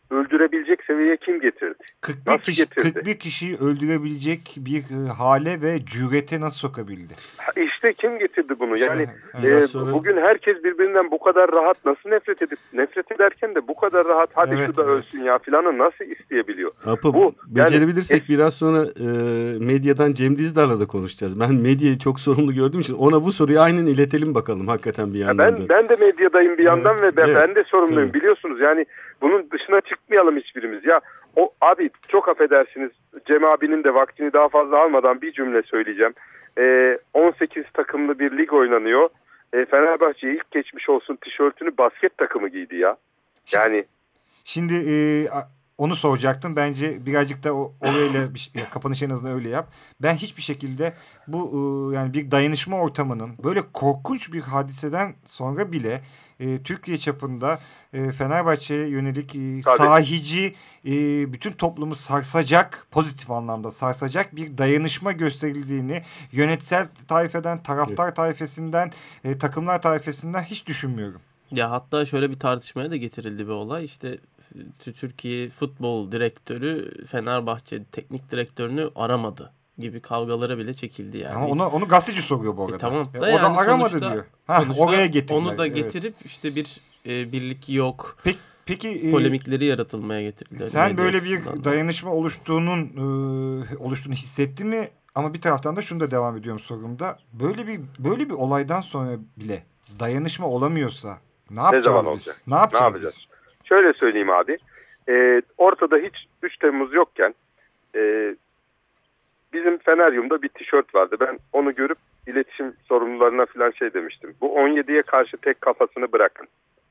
öldürebilecek seviyeye kim getirdi? kırk bir, nasıl kişi, getirdi? kırk bir kişiyi öldürebilecek bir e, hale ve cürete nasıl sokabildi? İşte kim getirdi bunu? Yani İşte, e, sonra... bugün herkes birbirinden bu kadar rahat nasıl nefret edip nefret ederken de bu kadar rahat hadi evet, şu da evet. ölsün ya filanı nasıl isteyebiliyor? Apı, bu becerebilirsek yani, biraz sonra e, medyadan Cem Dizdar'la da konuşacağız. Ben medyayı çok sorumlu gördüğüm için ona bu soruyu aynen iletelim bakalım hakikaten bir yandan ben, da. Ben de medyadayım bir yandan evet, ve ben, evet, ben de sorumluyum tabii. Biliyorsunuz yani bunun dışına çıkmayalım hiçbirimiz. Ya o abi çok affedersiniz Cem abinin de vaktini daha fazla almadan bir cümle söyleyeceğim. Ee, on sekiz takımlı bir lig oynanıyor. Ee, Fenerbahçe ilk geçmiş olsun tişörtünü basket takımı giydi ya. Yani şimdi e, onu soracaktım. Bence birazcık da o, orayla bir şey, kapanış en azından öyle yap. Ben hiçbir şekilde bu e, yani bir dayanışma ortamının böyle korkunç bir hadiseden sonra bile e, Türkiye çapında e, Fenerbahçe'ye yönelik e, sahici e, bütün toplumu sarsacak, pozitif anlamda sarsacak bir dayanışma gösterildiğini yönetsel tayfeden, taraftar tayfesinden, e, takımlar tayfesinden hiç düşünmüyorum. Ya hatta şöyle bir tartışmaya da getirildi bir olay. İşte Türkiye Futbol Direktörü Fenerbahçe teknik direktörünü aramadı gibi kavgalara bile çekildi yani. Ama onu, onu gazeteci soruyor bu arada. E tamam e, da o yani da aramadı sonuçta, diyor. Ha, sonuçta oraya getirdiler. onu da evet. getirip işte bir e, birlik yok. Peki, peki polemikleri e, yaratılmaya getirdiler. Sen böyle bir dayanışma oluştuğunun e, oluştuğunu hissettin mi? Ama bir taraftan da şunu da devam ediyorum sorumda. Böyle bir böyle bir olaydan sonra bile dayanışma olamıyorsa ne yapacağız ne biz? olacak? Ne yapacağız, ne yapacağız biz? Şöyle söyleyeyim abi. E, ortada hiç üç Temmuz yokken e, bizim Feneryum'da bir tişört vardı. Ben onu görüp iletişim sorumlularına falan şey demiştim. Bu on yediye karşı tek kafasını bırakın.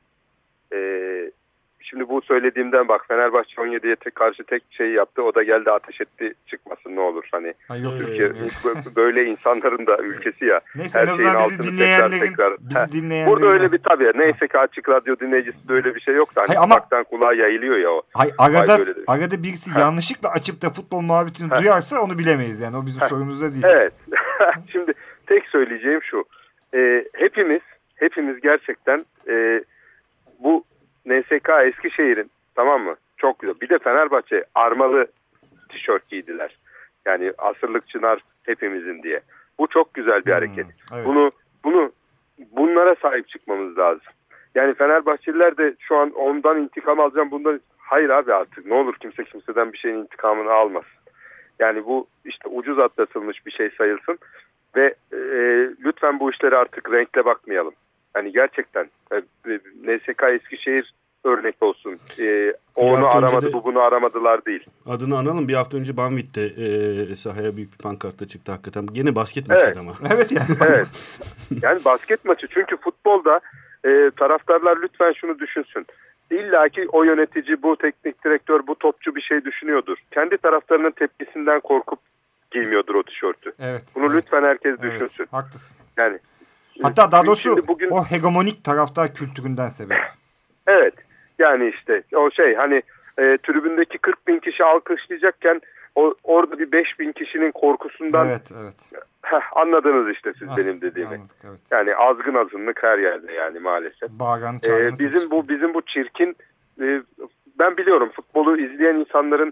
Eee Şimdi bu söylediğimden bak Fenerbahçe on yediye tek karşı tek şey yaptı. O da geldi ateş etti çıkmasın ne olur. Hani ha, yok, ülke yok, yok. böyle insanların da ülkesi ya. Neyse her en şeyin azından bizi dinleyenlerin tekrar, tekrar. bizi dinleyenlerin. Burada öyle bir tabii. Neyse ki Açık Radyo dinleyicisi de öyle bir şey yok da. Hani ama kulaktan kulağa yayılıyor ya o. Hay, arada, arada birisi ha. yanlışlıkla açıp da futbol muhabbetini ha. duyarsa onu bilemeyiz yani. O bizim ha. sorumuzda değil. Evet. Şimdi tek söyleyeceğim şu. Ee, hepimiz hepimiz gerçekten e, bu N S K Eskişehir'in tamam mı? Çok güzel. Bir de Fenerbahçe armalı tişört giydiler. Yani asırlık çınar hepimizin diye. Bu çok güzel bir hareket. Hmm, evet. Bunu bunu bunlara sahip çıkmamız lazım. Yani Fenerbahçeliler de şu an ondan intikam alacağım bundan. Hayır abi artık ne olur kimse kimseden bir şeyin intikamını almasın. Yani bu işte ucuz atlatılmış bir şey sayılsın ve e, lütfen bu işlere artık renkle bakmayalım. Yani gerçekten e, N S K Eskişehir örnek olsun. Ee, onu aramadı, bu bunu aramadılar değil. Adını analım. Bir hafta önce Banvit'te e, sahaya büyük bir pankartla çıktı hakikaten. Gene basket maçıydı evet. ama. Evet yani. Evet. Yani basket maçı. Çünkü futbolda e, taraftarlar lütfen şunu düşünsün. İlla ki o yönetici, bu teknik direktör, bu topçu bir şey düşünüyordur. Kendi taraftarının tepkisinden korkup giymiyordur o tişörtü. Evet. Bunu evet. lütfen herkes evet. düşünsün. Haklısın. Yani hatta daha doğrusu bugün... o hegemonik taraftar kültüründen sebep. Evet. Yani işte o şey hani e, tribündeki kırk bin kişi alkışlayacakken o, orada bir beş bin kişinin korkusundan evet, evet. Heh, anladınız işte siz ah, benim dediğimi. Anladık, evet. Yani azgın azınlık her yerde yani maalesef. Bağıran, ee, bizim bu bizim bu çirkin e, ben biliyorum futbolu izleyen insanların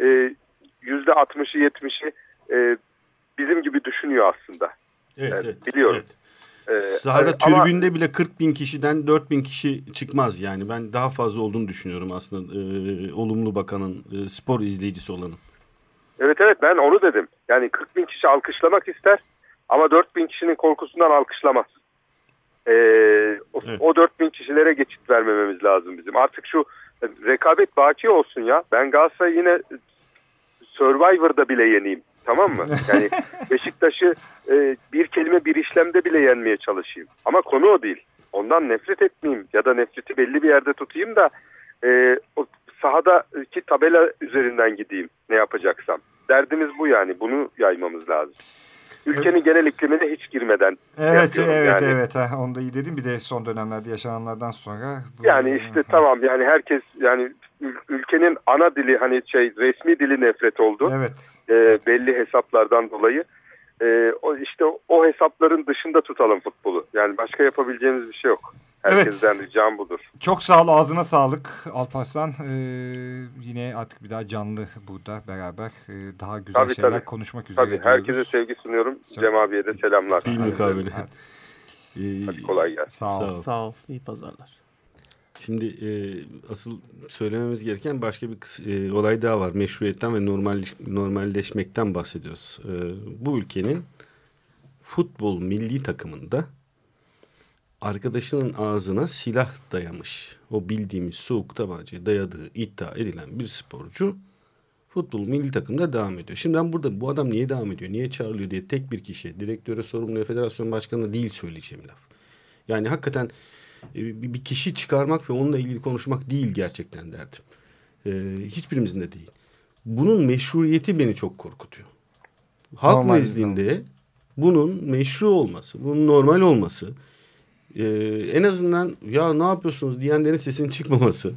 yüzde altmışı yetmişi e, bizim gibi düşünüyor aslında. Evet, ee, evet. Biliyorum. Evet. Ee, Sahada ama, tribünde bile kırk bin kişiden dört bin kişi çıkmaz yani. Ben daha fazla olduğunu düşünüyorum aslında. E, olumlu bakanın, e, spor izleyicisi olanın. Evet evet ben onu dedim. Yani kırk bin kişi alkışlamak ister ama dört bin kişinin korkusundan alkışlamaz. Ee, o, evet. o dört bin kişilere geçit vermememiz lazım bizim. Artık şu rekabet baki olsun ya. Ben Galatasaray'ı yine Survivor'da bile yeneyim. Tamam mı? Yani Beşiktaş'ı e, bir kelime bir işlemde bile yenmeye çalışayım. Ama konu o değil. Ondan nefret etmeyeyim ya da nefreti belli bir yerde tutayım da e, o sahadaki tabela üzerinden gideyim ne yapacaksam. Derdimiz bu yani. Bunu yaymamız lazım. Ülkenin evet. genel iklimine hiç girmeden. Evet, evet, yani. evet. Ha, onu da iyi dedim. Bir de son dönemlerde yaşananlardan sonra. Bu... Yani işte tamam yani herkes yani ülkenin ana dili hani şey resmi dili nefret oldu. Evet. Ee, evet. Belli hesaplardan dolayı. Ee, o işte o hesapların dışında tutalım futbolu. Yani başka yapabileceğimiz bir şey yok. Herkesten evet. Ricam budur. Çok sağ ol, ağzına sağlık Alparslan. Ee, yine artık bir daha canlı burada beraber ee, daha güzel tabii, şeyler tabii. konuşmak üzere tabii, diyoruz. Herkese sevgi sunuyorum. Çok... Cem abiye de selamlar. Değil mi kabili? Hadi kolay gelsin. Sağ ol. Sağ ol. Sağ ol. İyi pazarlar. Şimdi e, asıl söylememiz gereken başka bir e, olay daha var. Meşruiyetten ve normal normalleşmekten bahsediyoruz. E, bu ülkenin futbol milli takımında arkadaşının ağzına silah dayamış, o bildiğimiz soğuk tabancayı dayadığı iddia edilen bir sporcu futbol milli takımda devam ediyor. Şimdi ben burada bu adam niye devam ediyor, niye çağrılıyor diye tek bir kişi, direktöre, sorumluya, federasyon başkanına değil söyleyeceğim laf. Yani hakikaten e, bir kişi çıkarmak ve onunla ilgili konuşmak değil gerçekten derdim. E, hiçbirimizin de değil. Bunun meşruiyeti beni çok korkutuyor. Halk normal nezdinde bunun meşru olması, bunun normal olması, Ee, en azından ya ne yapıyorsunuz diyenlerin sesinin çıkmaması.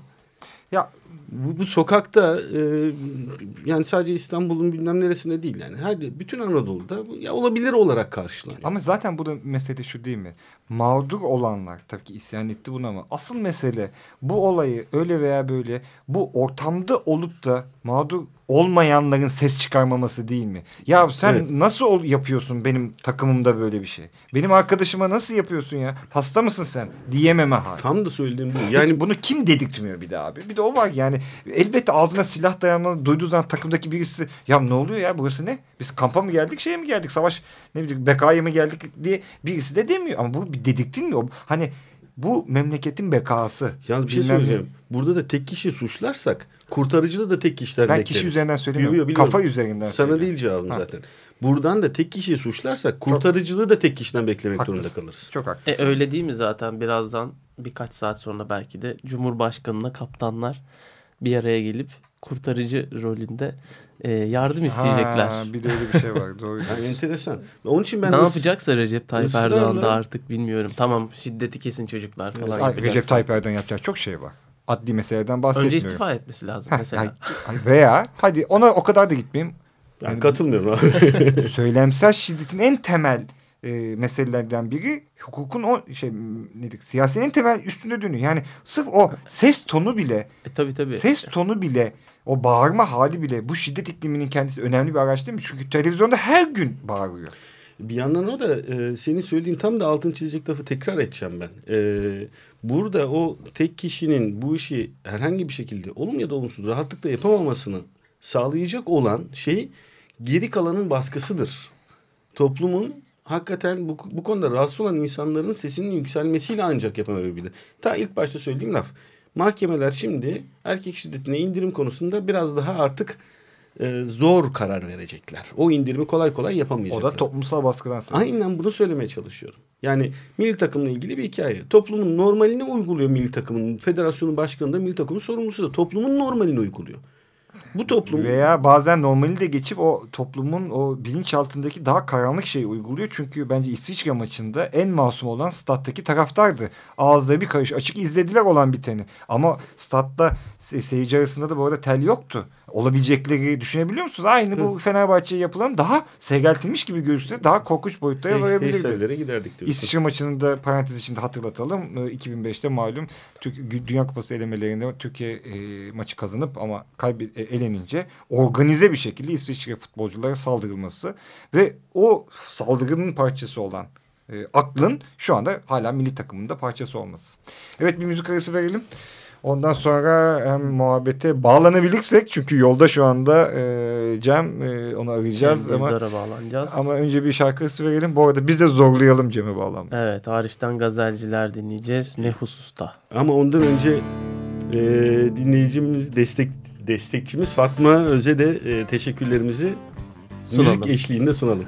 Ya bu, bu sokakta e, yani sadece İstanbul'un bilmem neresinde değil yani her bütün Anadolu'da ya olabilir olarak karşılanıyor. Ama zaten bu da mesele şu değil mi? Mağdur olanlar tabii ki isyan etti buna ama asıl mesele bu olayı öyle veya böyle bu ortamda olup da mağdur olmayanların ses çıkarmaması değil mi? Ya sen evet. nasıl ol, yapıyorsun benim takımımda böyle bir şey? Benim arkadaşıma nasıl yapıyorsun ya? Hasta mısın sen? Diyememe hali. Tam da söylediğim bu. Yani peki bunu kim dedirtmiyor bir de abi? Bir de o var yani. Elbette ağzına silah dayanmanı duyduğu zaman takımdaki birisi ya ne oluyor ya burası ne? Biz kampa mı geldik şeye mi geldik? Savaş ne bileyim bekaya mı geldik diye birisi de demiyor. Ama bu bir dedirtmiyor. Hani bu memleketin bekası. Yalnız bir şey söyleyeceğim. Ne? Burada da tek kişi suçlarsak kurtarıcıda da tek kişiler bekleriz. Ben kişi üzerinden söylemiyorum. Kafa üzerinden Sana söylüyorum. Değil cevabım ha. zaten. Buradan da tek kişiyi suçlarsak kurtarıcılığı çok, da tek kişiden beklemek haklısın. Zorunda kalırız. Çok haklısın. E, öyle değil mi zaten birazdan birkaç saat sonra belki de Cumhurbaşkanı'na kaptanlar bir araya gelip kurtarıcı rolünde e, yardım isteyecekler. Ha, bir de öyle bir şey var. Doğru. Yani enteresan. Onun için ben ne ıs- yapacaksa Recep Tayyip Erdoğan da artık bilmiyorum. Tamam şiddeti kesin çocuklar falan yapacaksa. Recep Tayyip Erdoğan yapacak çok şey var. Adli meseleden bahsetmiyorum. Önce istifa etmesi lazım Heh, mesela. Hay, veya hadi ona o kadar da gitmeyeyim. Yani, yani katılmıyorum abi. Söylemsel şiddetin en temel e, meselelerden biri hukukun o şey nedir? Siyasetin en temel üstünde dönüyor. Yani sırf o ses tonu bile e, tabii, tabii. ses tonu bile o bağırma hali bile bu şiddet ikliminin kendisi önemli bir araç değil mi? Çünkü televizyonda her gün bağırıyor. Bir yandan o da e, senin söylediğin tam da altını çizecek lafı tekrar edeceğim ben. E, burada o tek kişinin bu işi herhangi bir şekilde olumlu ya da olumsuz rahatlıkla yapamamasını sağlayacak olan şey geri kalanın baskısıdır. Toplumun hakikaten bu, bu konuda rahatsız olan insanların sesinin yükselmesiyle ancak yapılabilir. Ta ilk başta söylediğim laf. Mahkemeler şimdi erkek şiddetine indirim konusunda biraz daha artık e, zor karar verecekler. O indirimi kolay kolay yapamayacaklar. O da toplumsal baskıdan sebep. Aynen bunu söylemeye çalışıyorum. Yani milli takımla ilgili bir hikaye. Toplumun normalini uyguluyor milli takımın. Federasyonun başkanı da milli takımın sorumlusu da. Toplumun normalini uyguluyor. Bu toplum veya bazen normali de geçip o toplumun o bilinçaltındaki daha karanlık şeyi uyguluyor. Çünkü bence İsviçre maçında en masum olan stattaki taraftardı. Ağızları bir karış açık izlediler olan biteni. Ama statta se- seyirci arasında da bu arada tel yoktu. Olabilecekleri düşünebiliyor musunuz? Aynı Hı. bu Fenerbahçe'ye yapılan daha seyreltilmiş gibi gözükse daha korkunç boyutlara varabilirdi. Heysellere giderdik diyorsun. İsviçre maçını da parantez içinde hatırlatalım. iki bin beşte malum Dünya Kupası elemelerinde Türkiye e, maçı kazanıp ama kaybet, e, elenince organize bir şekilde İsviçre futbolculara saldırılması ve o saldırının parçası olan e, aklın şu anda hala milli takımında parçası olması. Evet bir müzik arası verelim. Ondan sonra hem muhabbete bağlanabilirsek çünkü yolda şu anda e, Cem e, onu arayacağız Cem, ama bağlanacağız. Ama önce bir şarkı arası verelim. Bu arada biz de zorlayalım Cem'e bağlanmayı. Evet, hariçten gazelciler dinleyeceğiz. Ne hususta? Ama ondan önce e, dinleyicimiz, destek destekçimiz Fatma Öz'e de e, teşekkürlerimizi sunalım. Müzik eşliğinde sunalım.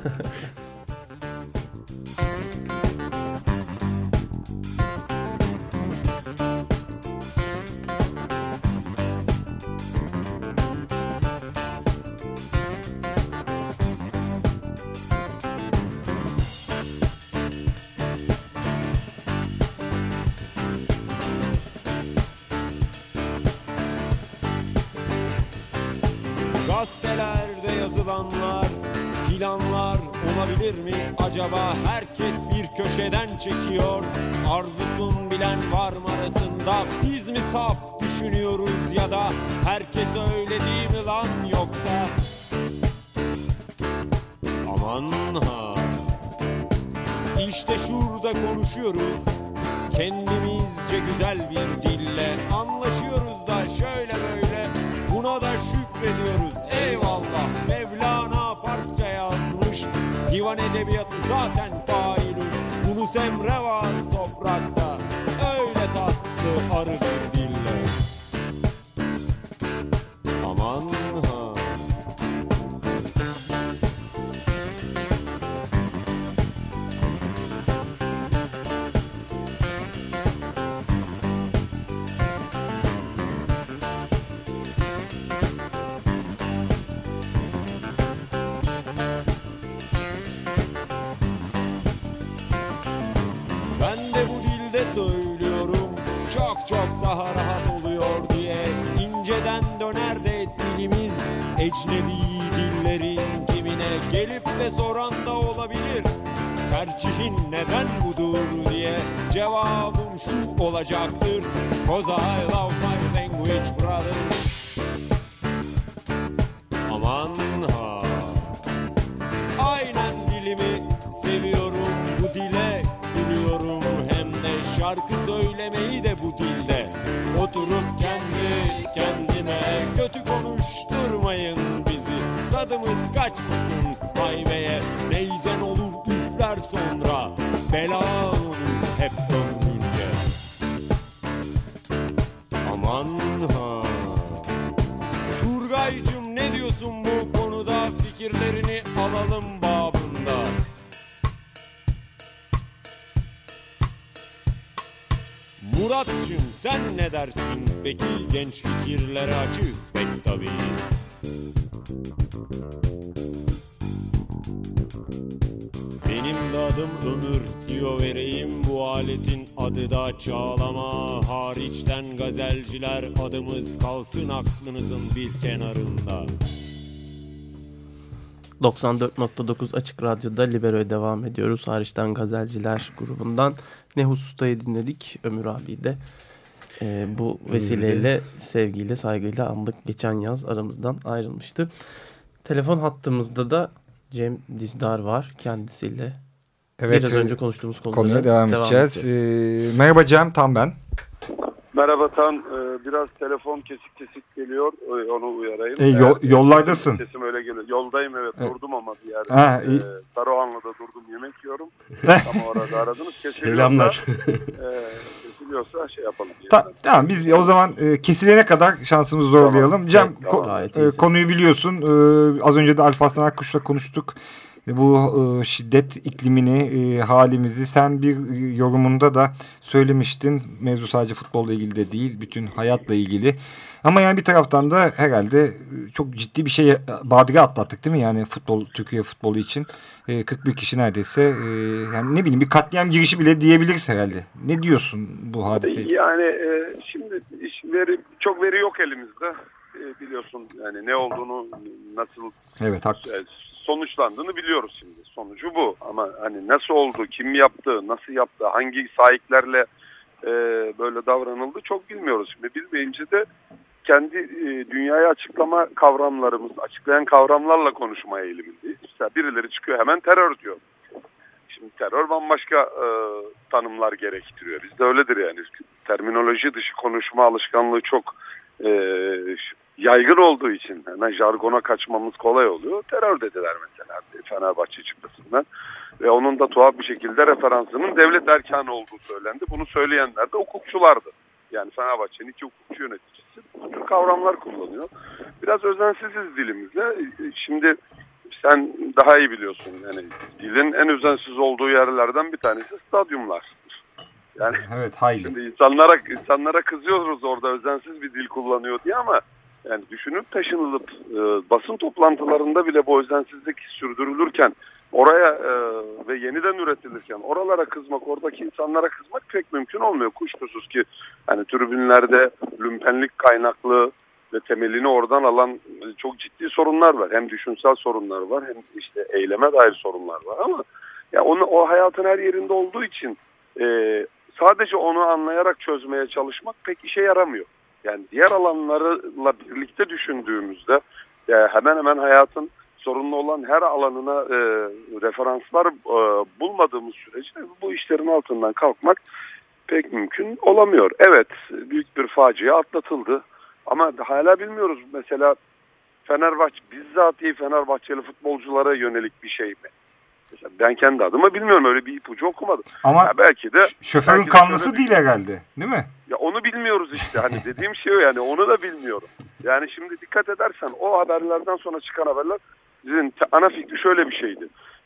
Gazetelerde yazılanlar, planlar olabilir mi acaba? Herkes bir köşeden çekiyor. Arzusun bilen var mı arasında? Biz mi saf düşünüyoruz ya da herkes öyle değil mi lan yoksa? Aman ha. İşte şurada konuşuyoruz. Kendimizce güzel bir dille anlaşıyoruz da şöyle böyle. Buna da şükrediyoruz. Eyvallah. Mevlana Farsça yazmış. Divan edebiyatı zaten failüz. Yunus Emre var toprakta. Öyle tatlı arı bir dille. Aman ha. Çok daha rahat oluyor diye inceden döner de dilimiz ecnebi dillerin kimine gelip de soran da olabilir. Tercihin neden budur diye cevabım şu olacaktır. 'Cause I love my language brother. Aman ha. Aynen dilimi seviyorum, bu dile gülüyorum hem de şarkı söylemeyi de bu dilde. Oturup kendi kendime kötü konuşturmayın bizi. Tadımız kaçmasın hayveye, neyzen olur üfler sonra. Bela olur hep ömrünce. Aman ha. Turgaycığım ne diyorsun bu konuda, fikirlerini alalım babında. Muratcığım sen ne dersin peki, genç fikirlere açığız pek tabii. Benim de adım Ömür diyor vereyim, bu aletin adı da Çağlama. Hariçten gazelciler adımız kalsın aklınızın bir kenarında. doksan dört nokta dokuz Açık Radyo'da Libero'ya devam ediyoruz. Hariçten Gazelciler grubundan Nehus Usta'yı dinledik. Ömür abi de e, bu vesileyle sevgiyle saygıyla andık. Geçen yaz aramızdan ayrılmıştı. Telefon hattımızda da Cem Dizdar var kendisiyle. Evet, biraz önce konuştuğumuz konuya devam, devam edeceğiz. edeceğiz. Ee, merhaba Cem, Tan ben. Merhaba Tan, ee, biraz telefon kesik kesik geliyor, onu uyarayım. E, yo- evet, yollardasın. Sesim öyle geliyor. Yoldayım evet, evet. Durdum ama bir yerde. Ha, ee, Saruhanlı'da durdum, yemek yiyorum. Ama orada aradınız. Selamlar. e, kesiliyorsa şey yapalım. Ta- tamam biz o zaman e, kesilene kadar şansımızı zorlayalım. Tamam, Cem evet, tamam. ko- e, konuyu biliyorsun. E, az önce de Alparslan Akkuş'la konuştuk. Bu e, şiddet iklimini, e, halimizi sen bir e, yorumunda da söylemiştin. Mevzu sadece futbolla ilgili de değil, bütün hayatla ilgili. Ama yani bir taraftan da herhalde çok ciddi bir şey badire atlattık değil mi? Yani futbol, Türkiye futbolu için e, kırk bir kişi neredeyse e, yani ne bileyim bir katliam girişi bile diyebiliriz herhalde. Ne diyorsun bu hadiseye? Yani e, şimdi iş, veri, çok veri yok elimizde. E, biliyorsun yani ne olduğunu, nasıl evet, haklısın. sonuçlandığını biliyoruz şimdi. Sonucu bu. Ama hani nasıl oldu, kim yaptı, nasıl yaptı, hangi sahiplerle e, böyle davranıldı çok bilmiyoruz. Şimdi bilmeyince de kendi e, dünyaya açıklama kavramlarımız, açıklayan kavramlarla konuşmaya eğilimliyiz. Mesela birileri çıkıyor hemen terör diyor. Şimdi terör bambaşka e, tanımlar gerektiriyor. Bizde öyledir yani. Terminoloji dışı konuşma alışkanlığı çok e, yaygın olduğu için hemen jargona kaçmamız kolay oluyor. Terör dediler mesela Fenerbahçe çıkmasından. Ve onun da tuhaf bir şekilde referansının devlet erkanı olduğu söylendi. Bunu söyleyenler de hukukçulardı. Yani Fenerbahçe'nin iki hukukçu yöneticisi bu tür kavramlar kullanıyor. Biraz özensiziz dilimizde. Şimdi sen daha iyi biliyorsun. Yani dilin en özensiz olduğu yerlerden bir tanesi stadyumlar. Yani evet, hayli. Şimdi insanlara insanlara kızıyoruz orada özensiz bir dil kullanıyor diye ama yani düşünüp taşınılıp e, basın toplantılarında bile bu özensizlik sürdürülürken oraya e, ve yeniden üretilirken oralara kızmak, oradaki insanlara kızmak pek mümkün olmuyor. Kuşkusuz ki hani tribünlerde lümpenlik kaynaklı ve temelini oradan alan çok ciddi sorunlar var. Hem düşünsel sorunlar var hem işte eyleme dair sorunlar var ama Ya onu, o hayatın her yerinde olduğu için e, sadece onu anlayarak çözmeye çalışmak pek işe yaramıyor. Yani diğer alanlarla birlikte düşündüğümüzde e, hemen hemen hayatın sorunlu olan her alanına e, referanslar e, bulmadığımız sürece bu işlerin altından kalkmak pek mümkün olamıyor. Evet, büyük bir facia atlatıldı ama hala bilmiyoruz mesela Fenerbahçe, bizzatihi Fenerbahçeli futbolculara yönelik bir şey mi? Mesela ben kendi adıma bilmiyorum, öyle bir ipucu okumadım. Ama ya belki de şoförün belki de kanlısı değil herhalde, değil mi? Ya onu bilmiyoruz işte. Hani dediğim şey o, yani onu da bilmiyorum. Yani şimdi dikkat edersen o haberlerden sonra çıkan haberler ana fikri şöyle bir şeydi.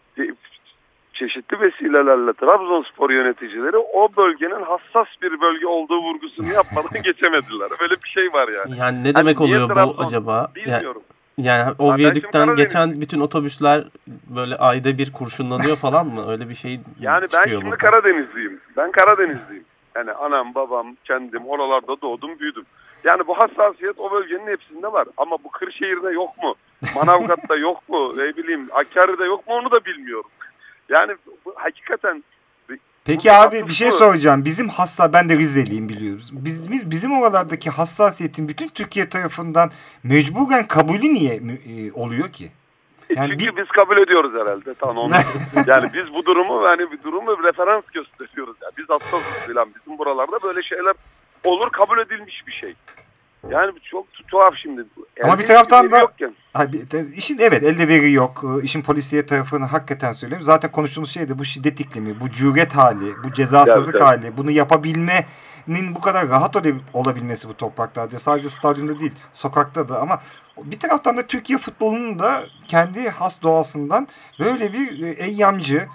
Çeşitli vesilelerle Trabzonspor yöneticileri o bölgenin hassas bir bölge olduğu vurgusunu yapmadan geçemediler. Böyle bir şey var yani. Yani ne demek hani oluyor bu Trabzon, acaba? Bilmiyorum. Yani o viyadükten geçen bütün otobüsler böyle ayda bir kurşunlanıyor falan mı? Öyle bir şey yani ben şimdi burada. Karadenizliyim. Ben Karadenizliyim. Yani anam, babam, kendim oralarda doğdum, büyüdüm. Yani bu hassasiyet o bölgenin hepsinde var. Ama bu Kırşehir'de yok mu? Manavgat'ta yok mu? Ne bileyim Hakkari'de yok mu? Onu da bilmiyorum. Yani bu, hakikaten... Peki abi bir şey soracağım. Bizim hassa, ben de Rizeliyim biliyoruz. Biz, biz bizim oralardaki hassasiyetin bütün Türkiye tarafından mecburen kabulü niye e, oluyor ki? Yani Çünkü bir... biz kabul ediyoruz herhalde. Tamam onu. Yani biz bu durumu yani bir durumu bir referans gösteriyoruz. Yani biz hassasız falan. Bizim buralarda böyle şeyler olur, kabul edilmiş bir şey. Yani çok tuhaf şimdi. Ama bir taraftan da abi, işin evet elde veri yok. İşin polisiye tarafını hakikaten söyleyeyim. Zaten konuştuğumuz şey de bu şiddet iklimi, bu cüret hali, bu cezasızlık evet, hali, bunu yapabilmenin bu kadar rahat olabilmesi bu topraklarda. Sadece stadyumda değil, sokakta da. Ama bir taraftan da Türkiye futbolunun da kendi has doğasından böyle bir eyyamcı,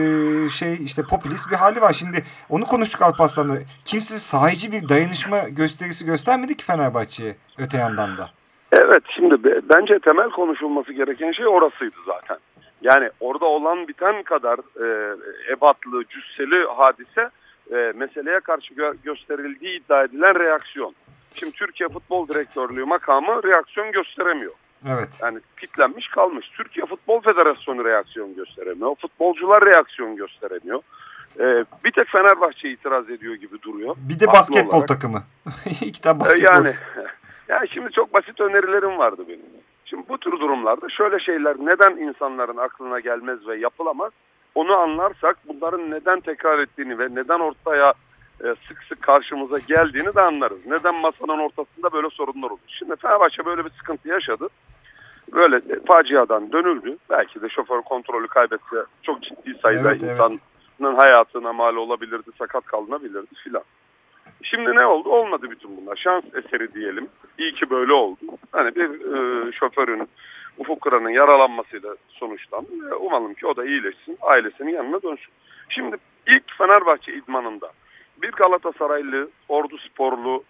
şey işte popülist bir hali var. Şimdi onu konuştuk Alparslan'da. Kimse sahici bir dayanışma gösterisi göstermedi ki Fenerbahçe'ye öte yandan da. Evet, şimdi bence temel konuşulması gereken şey orasıydı zaten. Yani orada olan biten kadar e, ebatlı, cüsseli hadise e, meseleye karşı gö- gösterildiği iddia edilen reaksiyon. Şimdi Türkiye Futbol Direktörlüğü makamı reaksiyon gösteremiyor. Evet. Yani kitlenmiş kalmış. Türkiye Futbol Federasyonu reaksiyon gösteremiyor. Futbolcular reaksiyon gösteremiyor. Ee, bir tek Fenerbahçe itiraz ediyor gibi duruyor. Bir de basketbol olarak. Takımı. İki tane basketbol. Yani, yani şimdi çok basit önerilerim vardı benim. Şimdi bu tür durumlarda şöyle şeyler neden insanların aklına gelmez ve yapılamaz? Onu anlarsak bunların neden tekrar ettiğini ve neden ortaya sık sık karşımıza geldiğini de anlarız. Neden masanın ortasında böyle sorunlar olur? Şimdi Fenerbahçe böyle bir sıkıntı yaşadı. Böyle faciadan dönüldü. Belki de şoför kontrolü kaybetse çok ciddi sayıda evet, insanın evet. hayatına mal olabilirdi, sakat kalınabilirdi filan. Şimdi ne oldu? Olmadı bütün bunlar. Şans eseri diyelim. İyi ki böyle oldu. Hani bir e, şoförün Ufuk Kıran'ın yaralanmasıyla sonuçlandı. Umalım ki o da iyileşsin, ailesinin yanına dönsün. Şimdi ilk Fenerbahçe idmanında bir Galatasaraylı, Ordu Sporlu,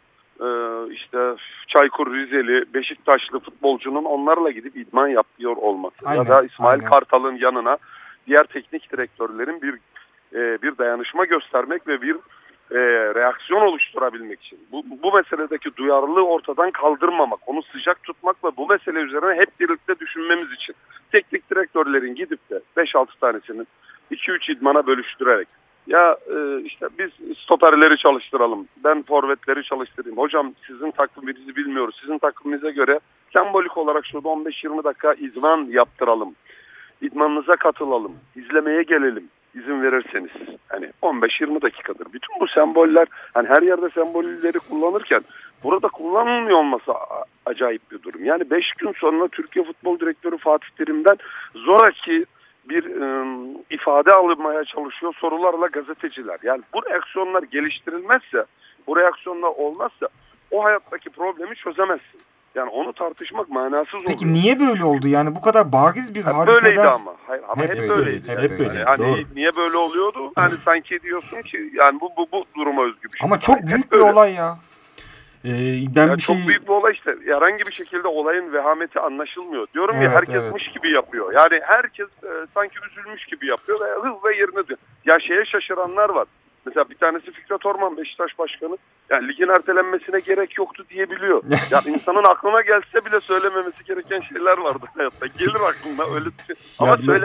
işte Çaykur Rizeli, Beşiktaşlı futbolcunun onlarla gidip idman yapıyor olması. Aynen, ya da İsmail aynen. Kartal'ın yanına diğer teknik direktörlerin bir bir dayanışma göstermek ve bir e, reaksiyon oluşturabilmek için. Bu, bu meseledeki duyarlılığı ortadan kaldırmamak, onu sıcak tutmak ve bu mesele üzerine hep birlikte düşünmemiz için teknik direktörlerin gidip de beş altı tanesini iki üç idmana bölüştürerek ya e, işte biz stoperleri çalıştıralım, ben forvetleri çalıştırayım. Hocam sizin takviminizi bilmiyoruz. Sizin takviminize göre sembolik olarak şurada on beş yirmi dakika idman yaptıralım. İdmanınıza katılalım, izlemeye gelelim izin verirseniz. Hani on beş yirmi dakikadır. Bütün bu semboller, hani her yerde sembolleri kullanırken burada kullanılmıyor olması acayip bir durum. Yani beş gün sonra Türkiye Futbol Direktörü Fatih Terim'den zoraki bir ıı, ifade alınmaya çalışıyor sorularla gazeteciler. Yani bu reaksiyonlar geliştirilmezse, bu reaksiyonlar olmazsa o hayattaki problemi çözemezsin. Yani onu tartışmak manasız oluyor. Peki niye böyle oldu? Yani bu kadar bariz bir hadiseden... Böyleydi ama. Hayır, ama hep, hep böyleydi. böyleydi. Hep, hep böyleydi. Yani Doğru. niye böyle oluyordu? Hani sanki diyorsun ki yani bu bu bu duruma özgü bir şey. Ama çok büyük hep bir böyle. olay ya. Ee, ben yani bir çok şey... büyük bir olay işte. Herhangi bir şekilde olayın vehameti anlaşılmıyor. Diyorum evet, ya herkesmiş evet. gibi yapıyor. Yani herkes e, sanki üzülmüş gibi yapıyor ve hız ve yerine diyor. Ya şeye şaşıranlar var. Mesela bir tanesi Fikret Orman, Beşiktaş Başkanı. Yani ligin ertelenmesine gerek yoktu diyebiliyor. Ya insanın aklına gelse bile söylememesi gereken şeyler vardı hayatta. Gelir aklına öyle bir şey. Ama söylemezsin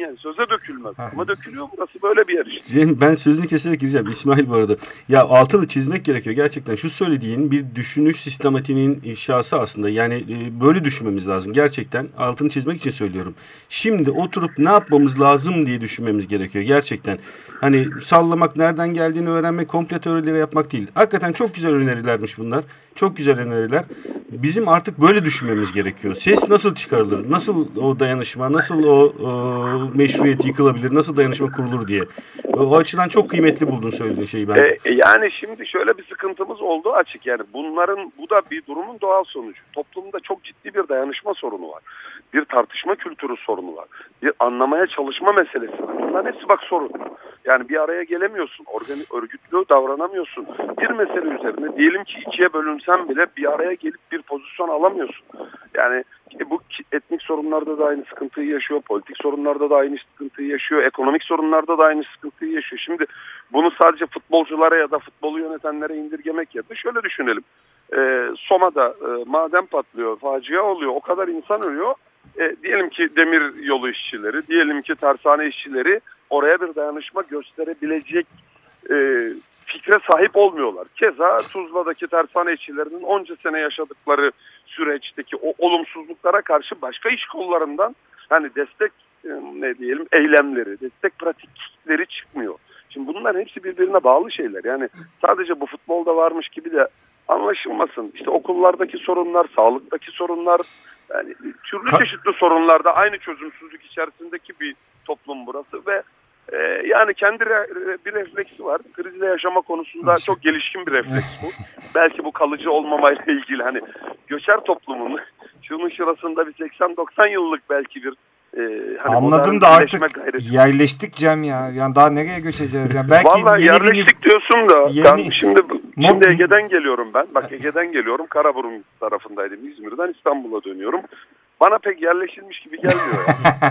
yani söze dökülmez. Ama dökülüyor, burası böyle bir yer işte. Cem, ben sözünü keserek gireceğim. İsmail bu arada. Ya altını çizmek gerekiyor gerçekten. Şu söylediğin bir düşünüş sistematiğinin ifşası aslında. Yani e, böyle düşünmemiz lazım. Gerçekten altını çizmek için söylüyorum. Şimdi oturup ne yapmamız lazım diye düşünmemiz gerekiyor. Gerçekten. Hani sallamak, nereden geldiğini öğrenmek, komple teorileri yapmak değil. Hakikaten çok güzel önerilermiş bunlar. Çok güzel öneriler. Bizim artık böyle düşünmemiz gerekiyor. Ses nasıl çıkarılır? Nasıl o dayanışma, nasıl o, o meşruiyet yıkılabilir? Nasıl dayanışma kurulur diye. O açıdan çok kıymetli buldun söylediğin şeyi ben. E, yani şimdi şöyle bir sıkıntımız oldu açık. Yani bunların, bu da bir durumun doğal sonucu. Toplumda çok ciddi bir dayanışma sorunu var. Bir tartışma kültürü sorunu var. Bir anlamaya çalışma meselesi var. Bunların hepsi bak sorun. Yani bir araya gelemiyorsun. Organik, örgütlü davranamıyorsun. Bir mesele üzerine diyelim ki ikiye bölünsen bile bir araya gelip bir pozisyon alamıyorsun. Yani bu etnik sorunlarda da aynı sıkıntıyı yaşıyor. Politik sorunlarda da aynı sıkıntıyı yaşıyor. Ekonomik sorunlarda da aynı sıkıntıyı yaşıyor. Şimdi bunu sadece futbolculara ya da futbolu yönetenlere indirgemek yerine şöyle düşünelim. Ee, Soma'da e, maden patlıyor, facia oluyor. O kadar insan ölüyor. E, diyelim ki demir yolu işçileri, diyelim ki tersane işçileri oraya bir dayanışma gösterebilecek e, fikre sahip olmuyorlar. Keza Tuzla'daki tersane işçilerinin onca sene yaşadıkları süreçteki o olumsuzluklara karşı başka iş kollarından hani destek e, ne diyelim eylemleri, destek pratikleri çıkmıyor. Şimdi bunların hepsi birbirine bağlı şeyler. Yani sadece bu futbolda varmış gibi de anlaşılmasın. İşte okullardaki sorunlar, sağlıktaki sorunlar, yani türlü Ka- çeşitli sorunlarda aynı çözümsüzlük içerisindeki bir toplum burası ve e, yani kendi re- bir refleksi var. Krizle yaşama konusunda çok gelişkin bir refleks bu. Belki bu kalıcı olmamayla ilgili hani göçer toplumun şunun şurasında bir seksen doksan yıllık belki bir e, hani anladım da artık gayreti. Yerleştik Cem ya. Yani daha nereye göçeceğiz yani? Belki vallahi yerleştik bir... diyorsun da yeni... ben şimdi şimdi Ege'den geliyorum ben. Bak Ege'den geliyorum. Karaburun tarafındaydım. İzmir'den İstanbul'a dönüyorum. Bana pek yerleşilmiş gibi gelmiyor.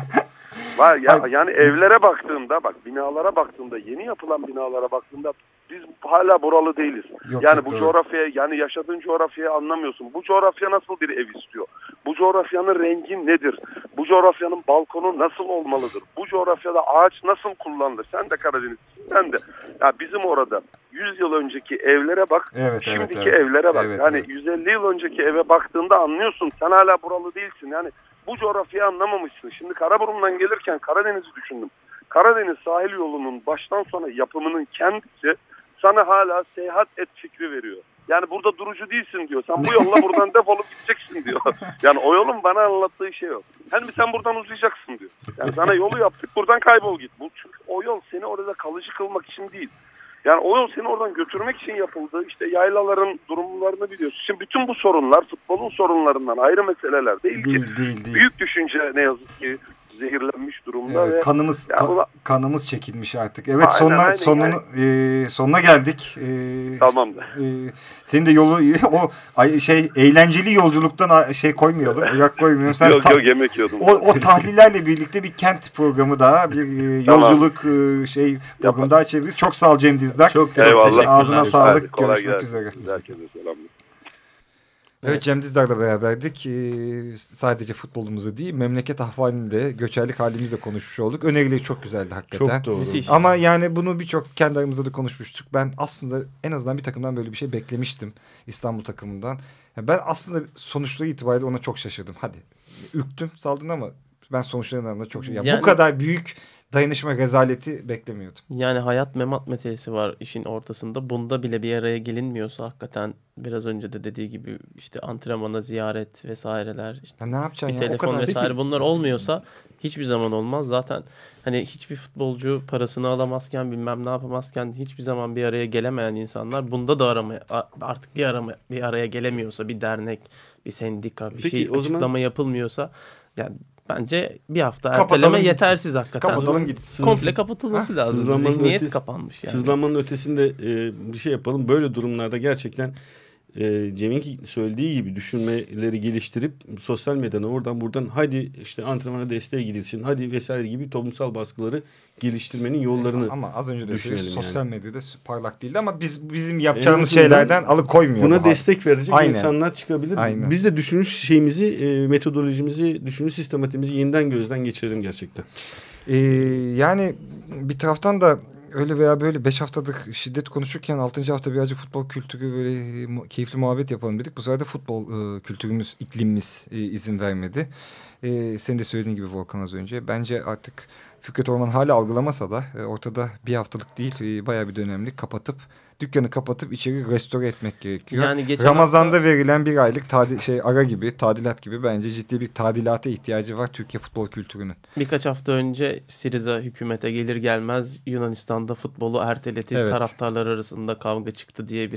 Var ya, yani evlere baktığımda bak binalara baktığımda yeni yapılan binalara baktığımda biz hala buralı değiliz. Yok, yani yok, bu doğru. Coğrafyaya yani yaşadığın coğrafyayı anlamıyorsun. Bu coğrafya nasıl bir ev istiyor? Bu coğrafyanın rengi nedir? Bu coğrafyanın balkonu nasıl olmalıdır? Bu coğrafyada ağaç nasıl kullanılır? Sen de Karadenizlisin, sen de. Ya bizim orada yüz yıl önceki evlere bak, evet, şimdiki evet, evet. evlere bak. Evet, yani evet. yüz elli yıl önceki eve baktığında anlıyorsun. Sen hala buralı değilsin. Yani bu coğrafyayı anlamamışsın. Şimdi Karaburun'dan gelirken Karadeniz'i düşündüm. Karadeniz sahil yolunun baştan sona yapımının kendisi sana hala seyahat et fikri veriyor. Yani burada durucu değilsin diyor. Sen bu yolla buradan defolup gideceksin diyor. Yani o yolun bana anlattığı şey o. Hem sen buradan uzayacaksın diyor. Yani sana yolu yaptık buradan kaybol git. Bu, çünkü o yol seni orada kalıcı kılmak için değil. Yani o yol seni oradan götürmek için yapıldı. İşte yaylaların durumlarını biliyorsun. Şimdi bütün bu sorunlar futbolun sorunlarından ayrı meseleler değil, değil ki. Değil, değil. Büyük düşünce ne yazık ki zehirlenmiş durumda. Evet, ve kanımız yani buna... kanımız çekilmiş artık. Evet, aynen, sonuna aynen, sonunu yani. e, sonuna geldik. E, tamam. E, senin de yolu o ay, şey eğlenceli yolculuktan şey koymayalım. Uyak koymayalım. Sen yok ta- yok yemek yiyordum. O, o tahlillerle birlikte bir kent programı daha, bir e, yolculuk tamam. e, şey programı daha çevirdik. Çok sağ ol Cem Dizdar. Çok eyvallah. Ağzına sağlık. Hadi, görüşmek üzere. Herkese selamlar. Evet, Cem Dizdar'la beraberdik. Ee, sadece futbolumuzu değil, memleket ahvalini de, göçerlik halimizi de konuşmuş olduk. Önerileri çok güzeldi hakikaten. Çok doğru. Müthiş. Ama yani bunu birçok kendi aramızda da konuşmuştuk. Ben aslında en azından bir takımdan böyle bir şey beklemiştim. İstanbul takımından. Yani ben aslında sonuçları itibariyle ona çok şaşırdım. Hadi ürktüm, saldım ama ben sonuçlarından da çok şaşırdım. Yani, yani bu kadar büyük dayanışma rezaleti beklemiyordum. Yani hayat memat meselesi var işin ortasında. Bunda bile bir araya gelinmiyorsa hakikaten biraz önce de dediği gibi işte antrenmana ziyaret vesaireler, işte ya ne yapacaksın bir ya? telefon O kadar vesaire peki... bunlar olmuyorsa hiçbir zaman olmaz. Zaten hani hiçbir futbolcu parasını alamazken bilmem ne yapamazken hiçbir zaman bir araya gelemeyen insanlar bunda da aramaya artık bir arama bir araya gelemiyorsa, bir dernek, bir sendika, bir peki, şey açıklama zaman... yapılmıyorsa yani bence bir hafta kapatalım erteleme gitsin. Yetersiz hakikaten. Kapatalım gitsin. Komple kapatılması ha, lazım. Zihniyet ötesi, kapanmış yani. Sızlanmanın ötesinde e, bir şey yapalım. Böyle durumlarda gerçekten e, Cem'in söylediği gibi düşünmeleri geliştirip sosyal medyadan oradan buradan hadi işte antrenmana desteğe gidilsin, hadi vesaire gibi toplumsal baskıları geliştirmenin yollarını ama az önce de düşünelim. Yani. Sosyal medyada parlak değildi ama biz bizim en yapacağımız şeylerden alıkoymuyor. Buna destek verecek Aynen. insanlar çıkabilir. Aynen. Biz de düşünüş şeyimizi, e, metodolojimizi, düşünüş sistematiğimizi yeniden gözden geçirelim gerçekten. Ee, yani bir taraftan da öyle veya böyle beş haftadır şiddet konuşurken altıncı hafta birazcık futbol kültürü böyle keyifli muhabbet yapalım dedik. Bu sefer de futbol e, kültürümüz, iklimimiz e, izin vermedi. E, senin de söylediğin gibi Volkan az önce. Bence artık Fikret Orman hala algılamasa da e, ortada bir haftalık değil e, bayağı bir dönemlik kapatıp dükkanı kapatıp içeri restore etmek gerekiyor. Yani Ramazan'da hafta... verilen bir aylık tadil, şey ara gibi, tadilat gibi bence ciddi bir tadilata ihtiyacı var Türkiye futbol kültürünün. Birkaç hafta önce Siriza hükümete gelir gelmez Yunanistan'da futbolu erteledi. Evet. Taraftarlar arasında kavga çıktı diye bir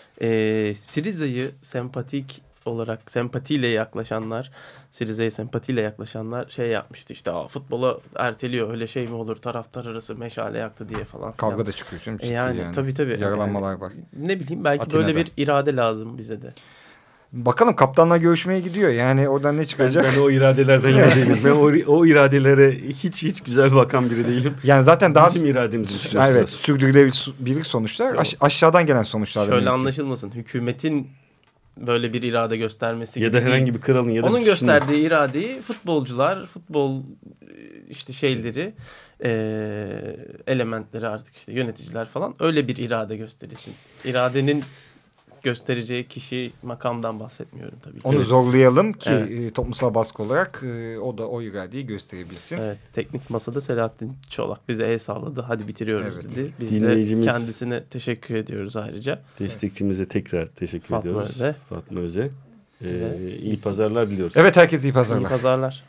e, Siriza'yı sempatik olarak sempatiyle yaklaşanlar, Siriza'ya sempatiyle yaklaşanlar şey yapmıştı işte futbolu erteliyor öyle şey mi olur taraftar arası meşale yaktı diye falan. Kavga falan. da çıkıyor canım. E yani, yani tabii tabii. Yaralanmalar yani, var. Ne bileyim belki Atina'da. Böyle bir irade lazım bize de. Bakalım kaptanla görüşmeye gidiyor. Yani oradan ne çıkacak? Ben, ben o iradelerden yana değilim. Ben o, o iradelere hiç hiç güzel bakan biri değilim. Yani zaten daha bizim irademizin çıkması. Evet, sürdürülebilir sonuçlar. Aş, aşağıdan gelen sonuçlar. Şöyle mümkün. Anlaşılmasın. Hükümetin böyle bir irade göstermesi ya gibi da herhangi değil. Bir kralın ya da onun gösterdiği iradeyi futbolcular, futbol işte şeyleri, e, elementleri artık işte yöneticiler falan öyle bir irade gösterilsin. İradenin göstereceği kişi makamdan bahsetmiyorum tabii ki. Onu evet. zorlayalım ki evet. toplumsal baskı olarak e, o da o iradeyi gösterebilsin. Evet, teknik masada Selahattin Çolak bize el salladı. Hadi bitiriyoruz evet. dedi. Biz Dinleyicimiz, de kendisine teşekkür ediyoruz ayrıca. Destekçimize tekrar teşekkür Fatma ediyoruz. Öze. Fatma Öze. Ee, iyi pazarlar diliyoruz. Evet, herkese iyi pazarlar. İyi pazarlar.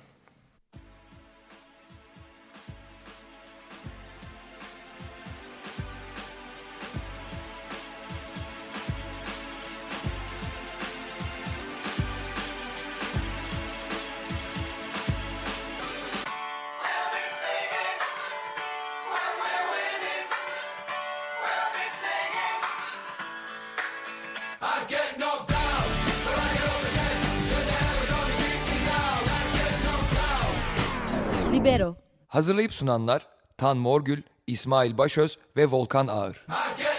Libero. Hazırlayıp sunanlar Tan Morgül, İsmail Başöz ve Volkan Ağır.